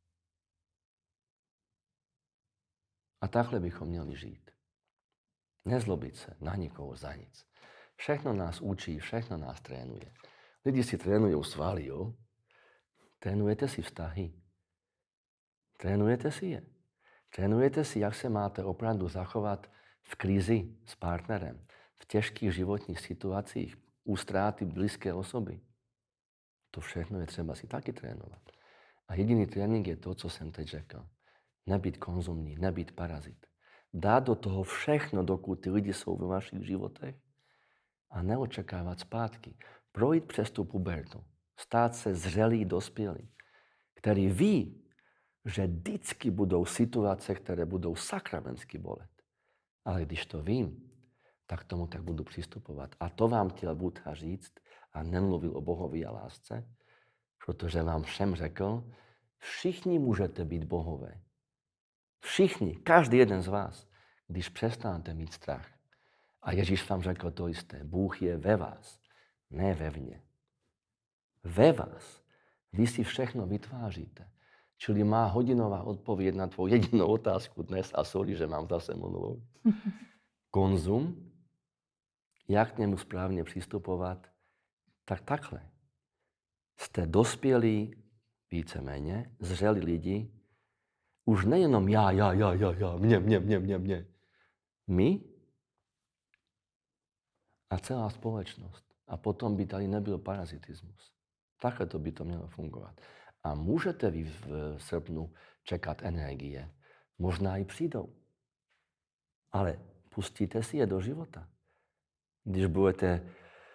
A takhle bychom měli žít. Nezlobit se na nikoho za nic. Všechno nás učí, všechno nás trénuje. Lidi si trénují svaly, jo? Trénujete si vztahy. Trénujete si je. Trénujete si, jak se máte opravdu zachovat v krizi s partnerem, v těžkých životních situacích, u ztráty blízké osoby. To všechno je třeba si taky trénovat. A jediný trénink je to, co jsem teď řekl. Nebýt konzumní, nebýt parazit. Dát do toho všechno, dokud ty lidi jsou ve vašich životech a neočekávat zpátky. Projít přes tu pubertu. Stát se zrelý, dospělý, který ví, že vždycky budou situace, které budou sakramensky bolet. Ale když to vím, tak tomu tak budu přistupovat. A to vám chtěl Buddha říct a nemluvil o Bohovi a lásce, protože vám všem řekl, všichni můžete být bohové. Všichni, každý jeden z vás, když přestanete mít strach. A Ježíš vám řekl to jisté. Bůh je ve vás, ne vevně. Ve vás. Vy si všechno vytváříte. Čili má hodinová odpověď na tvou jedinou otázku dnes, a sorry, že mám zase monolog. Konzum, jak k němu správně přistupovat, tak takhle. Jste dospělí, víceméně, zřelí lidi, už nejenom já, já, já, já, já, mě, mě, mě, mě, mě. My a celá společnost. A potom by tady nebyl parazitismus. Takhle to by to mělo fungovat. A můžete vy v srpnu čekat energie. Možná i přijdou. Ale pustíte si je do života. Když budete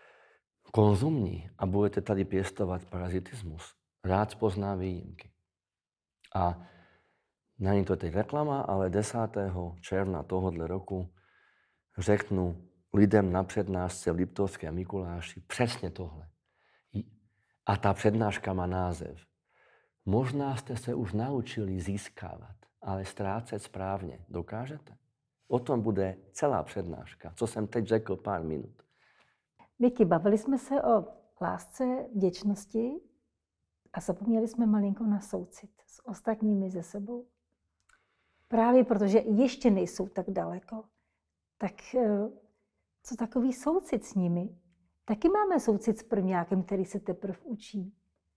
konzumní a budete tady pěstovat parazitismus, rád pozná výjimky. A není to teď reklama, ale desátého června tohoto roku řeknu lidem na přednášce v Liptovské Mikuláši přesně tohle. A ta přednáška má název. Možná jste se už naučili získávat, ale ztrácet správně. Dokážete? O tom bude celá přednáška, co jsem teď řekl pár minut.
Vicky, bavili jsme se o lásce, vděčnosti a zapomněli jsme malinko na soucit s ostatními ze sebou. Právě protože ještě nejsou tak daleko, tak co takový soucit s nimi? Taky máme soucit s prvňákem, který se teprve učí.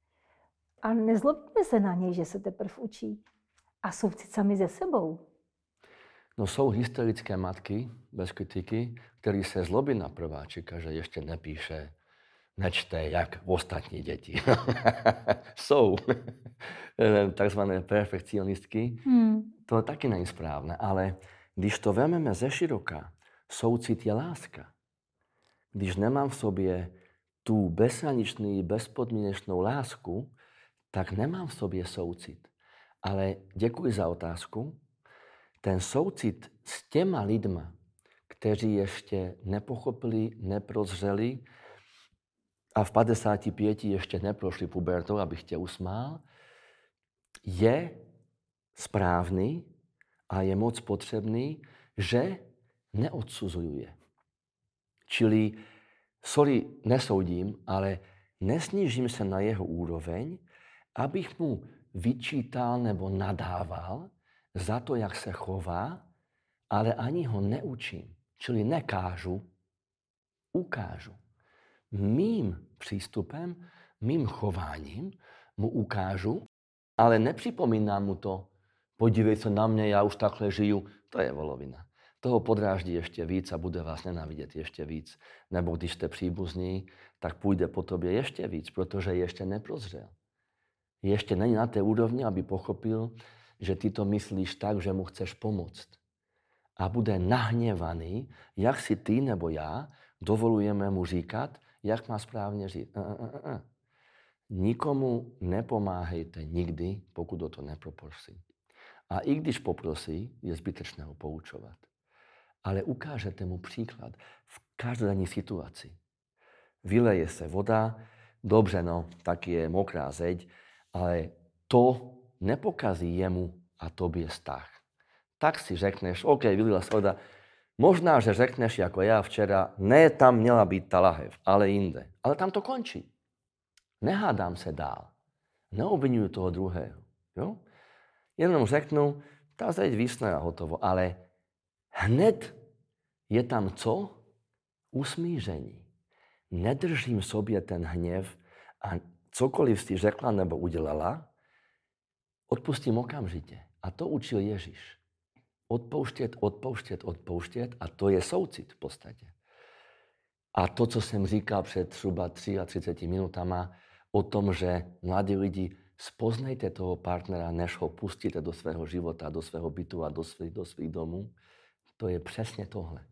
A nezlobíme se na něj, že se teprve učí. A soucit sami ze sebou.
No jsou hysterické matky, bez kritiky, které se zlobí na prváčika, že ještě nepíše, nečte, jak ostatní děti. Jsou takzvané perfekcionistky. Hmm. To taky není správné, ale když to vezmeme ze široka, soucit je láska. Když nemám v sobě tu bezhraničnou, bezpodmínečnou lásku, tak nemám v sobě soucit. Ale děkuji za otázku. Ten soucit s těma lidma, kteří ještě nepochopili, neprozřeli a v padesáti pěti ještě neprošli pubertou, abych tě usmál, je správný a je moc potřebný, že neodsuzuju je. Čili, sorry, nesoudím, ale nesnížím se na jeho úroveň, abych mu vyčítal nebo nadával za to, jak se chová, ale ani ho neučím. Čili nekážu, ukážu. Mým přístupem, mým chováním mu ukážu, ale nepřipomínám mu to. Podívej se na mě, já už takhle žiju. To je volovina. Toho podráždí ještě víc a bude vás nenávidět ještě víc. Nebo když jste příbuzní, tak půjde po tobě ještě víc, protože ještě neprozřel. Ještě není na té úrovni, aby pochopil, že ty to myslíš tak, že mu chceš pomoct. A bude nahněvaný, jak si ty nebo já dovolujeme mu říkat, jak má správně žít. Uh, uh, uh. Nikomu nepomáhejte nikdy, pokud o to nepoprosí. A i když poprosí, je zbytečné ho poučovat. Ale ukážete mu příklad v každodenní situaci. Vyleje se voda, dobře, no, tak je mokrá zeď, ale to nepokazí jemu a tobě vztah. Tak si řekneš, OK, vylila se voda, možná, že řekneš jako já včera, ne, tam měla být ta lahev, ale jinde. Ale tam to končí. Nehádám se dál. Neobvinuju toho druhého. Jo? Jenom řeknu, ta zeď vysne a hotovo, ale hned je tam co? Usmíření. Nedržím sobě ten hněv a cokoliv si řekla nebo udělala, odpustím okamžitě. A to učil Ježíš. Odpouštět, odpouštět, odpouštět a to je soucit v podstatě. A to, co jsem říkal před třeba třiatřiceti minutama o tom, že mladí lidi spoznejte toho partnera, než ho pustíte do svého života, do svého bytu a do svých, do svých domů, to je přesně tohle.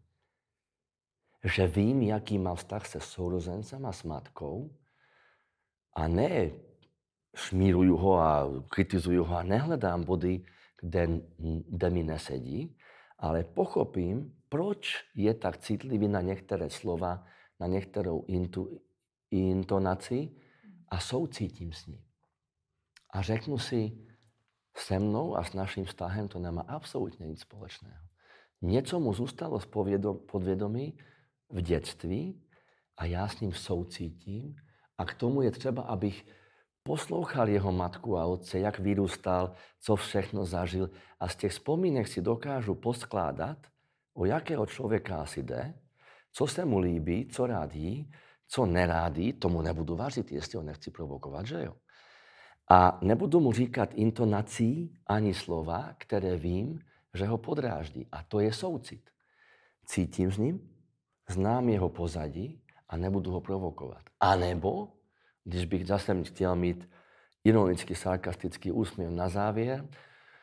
Že vím, jaký má vztah se sourozencem a s matkou a ne šmíruju ho a kritizuju ho a nehledám body, kde, kde mi nesedí, ale pochopím, proč je tak citlivý na některé slova, na některou intu, intonaci a soucítím s ním. A řeknu si, se mnou a s naším vztahem to nemá absolutně nic společného. Něco mu zůstalo z podvědomí v dětství a já s ním soucítím a k tomu je třeba, abych poslouchal jeho matku a otce, jak vyrůstal, co všechno zažil a z těch vzpomínek si dokážu poskládat, o jakého člověka asi jde, co se mu líbí, co rád jí, co nerádí, tomu nebudu vařit, jestli ho nechci provokovat, že jo. A nebudu mu říkat intonací ani slova, které vím, že ho podráždí. A to je soucit. Cítím s ním, znám jeho pozadí a nebudu ho provokovat. A nebo, když bych zase chtěl mít ironicky sarkastický úsměv na závěr,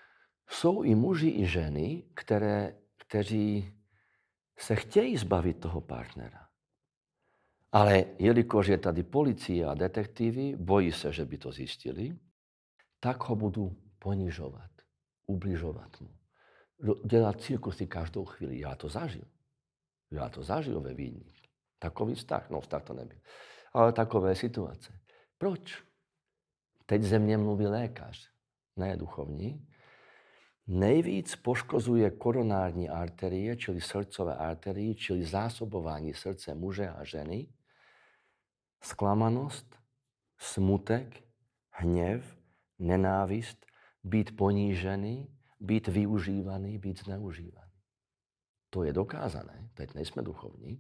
Jsou i muži, i ženy, které, kteří se chtějí zbavit toho partnera. Ale jelikož je tady policie a detektivy, bojí se, že by to zjistili, tak ho budou ponižovat, ubližovat mu. Dělat cirkusy každou chvíli. Já to zažil. Já to zažil ve Vídni. Takový vztah, no vztah to nebyl. Ale takové situace. Proč? Teď ze mě mluví lékař, ne duchovní. Nejvíc poškozuje koronární arterie, čili srdcové arterie, čili zásobování srdce muže a ženy, zklamanost, smutek, hněv, nenávist, být ponížený, být využívaný, být zneužívaný. To je dokázané, teď nejsme duchovní.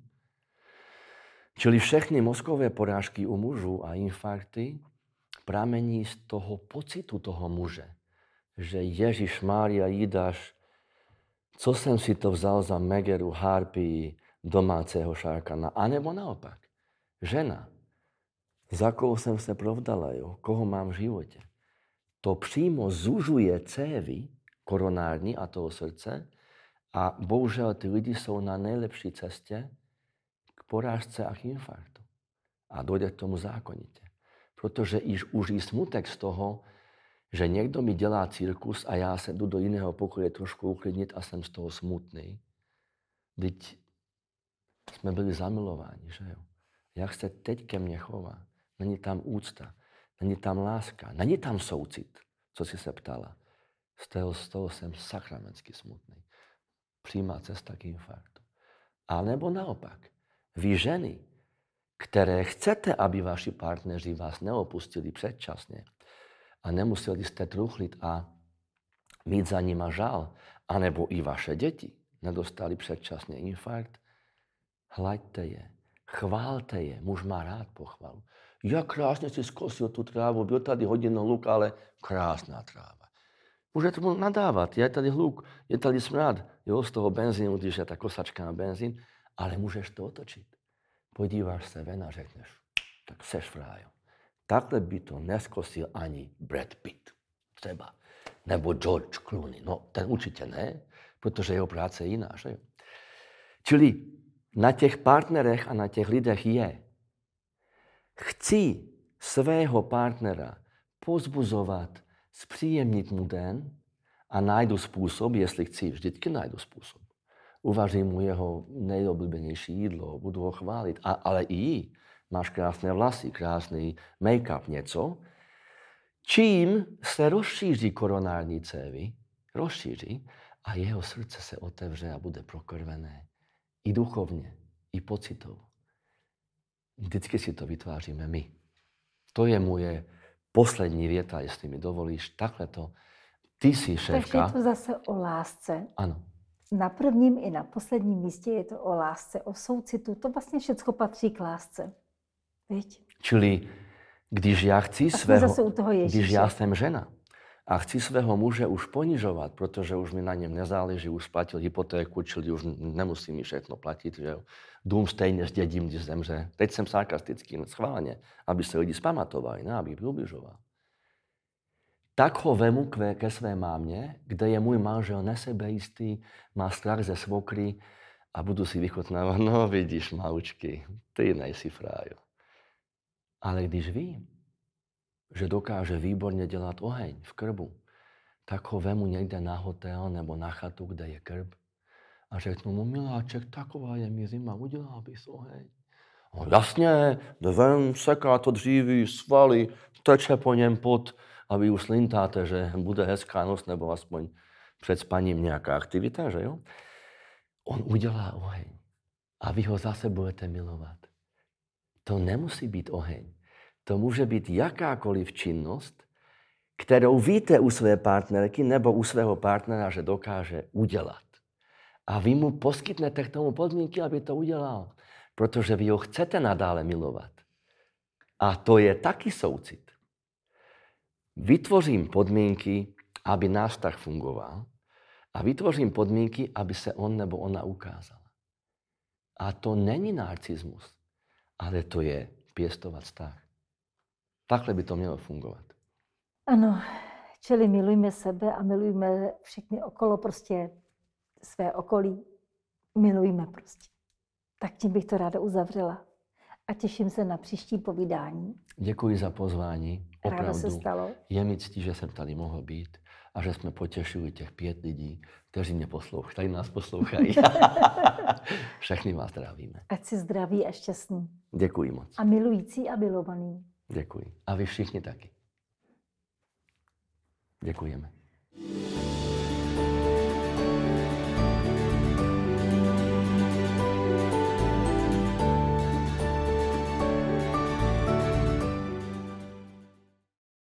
Čili všechny mozkové porážky u mužů a infarkty pramení z toho pocitu toho muže, že Ježíš Mária Jidáš, co jsem si to vzal za megeru, harpii, domácího šarkana, anebo naopak, žena, za koho jsem se provdala, jo? Koho mám v životě. To přímo zužuje cévy koronární a toho srdce a bohužel ty lidi jsou na nejlepší cestě k porážce a k infarktu. A dojde k tomu zákonitě. Protože již už je smutek z toho, že někdo mi dělá cirkus a já se jdu do jiného pokoje trošku uklidnit a jsem z toho smutný. Vždyť jsme byli zamilováni, že jo? Jak se teď ke mně chová? Není tam úcta, není tam láska, není tam soucit, co jsi se ptala. Z toho, z toho jsem sakramensky smutný. Přímá cesta k infarktu. A nebo naopak, vy ženy, které chcete, aby vaši partneři vás neopustili předčasně a nemuseli jste truchlit a mít za nima žál, anebo i vaše děti nedostali předčasně infarkt, hlaďte je, chválte je, muž má rád pochvalu. Jak krásně si zkosil tu trávu, byl tady hodinu luk, ale krásná tráva. Můžete mu nadávat, je tady hluk, je tady smrad, jo, z toho benzínu, když je ta kosačka na benzín, ale můžeš to otočit. Podíváš se ven a řekneš, tak seš frájo. Takhle by to neskosil ani Brad Pitt, třeba, nebo George Clooney. No, ten určitě ne, protože jeho práce je jiná, že jo. Čili na těch partnerech a na těch lidech je, chci svého partnera pozbuzovat, zpříjemnit mu den a najdu způsob, jestli chci, vždycky najdu způsob. Uvařím mu jeho nejoblíbenější jídlo, budu ho chválit, a, ale i jí. Máš krásné vlasy, krásný make-up, něco. Čím se rozšíří koronární cévy, rozšíří a jeho srdce se otevře a bude prokrvené. I duchovně, i pocitově. Vždycky si to vytváříme my. To je moje poslední věta, jestli mi dovolíš. Takhle to. Ty jsi šéfka.
Takže je to zase o lásce.
Ano.
Na prvním i na posledním místě je to o lásce, o soucitu. To vlastně všechno patří k lásce. Viď?
Čili když já chci
A jsme
svého,
zase u toho Ježíše.
když já jsem žena a chci svého muže už ponižovat, protože už mi na něm nezáleží, už splatil hypotéku, čili už nemusí mi všechno platit, že jo. Dům stejně zdědím, když zemře. Teď jsem sarkastický, schválně, aby se lidi zpamatovali, ne aby ubližoval. Tak ho vemu ke, ke své mámě, kde je můj manžel nesebejistý, má strach ze svokry a budu si vychutnávat, no vidíš, maučky, ty nejsi frájo. Ale když vím, že dokáže výborně dělat oheň v krbu, tak ho vemu někde na hotel nebo na chatu, kde je krb a řeknu mu, miláček, taková je mi zima, udělal bys oheň. No, jasně, jde ven, seká to dříví, svaly, teče po něm pot a vy už slintáte, že bude hezká noc nebo aspoň před spaním nějaká aktivita, že jo? On udělá oheň a vy ho zase budete milovat. To nemusí být oheň. To může být jakákoliv činnost, kterou víte u své partnerky nebo u svého partnera, že dokáže udělat. A vy mu poskytnete k tomu podmínky, aby to udělal, protože vy ho chcete nadále milovat. A to je taky soucit. Vytvořím podmínky, aby náš vztah fungoval a vytvořím podmínky, aby se on nebo ona ukázala. A to není narcismus, ale to je pěstovat vztah. Takhle by to mělo fungovat.
Ano, Čili milujme sebe a milujme všechny okolo, prostě své okolí. Milujme prostě. Tak tím bych to ráda uzavřela. A těším se na příští povídání.
Děkuji za pozvání.
Ráda
Opravdu
se stalo.
je mi ctí, že jsem tady mohl být a že jsme potěšili těch pět lidí, kteří mě poslouchají, tady nás poslouchají. Všechny vás zdravíme.
Ať jsi zdravý a šťastný.
Děkuji moc.
A milující a milovaný.
Děkuji. A vy všichni taky. Děkujeme.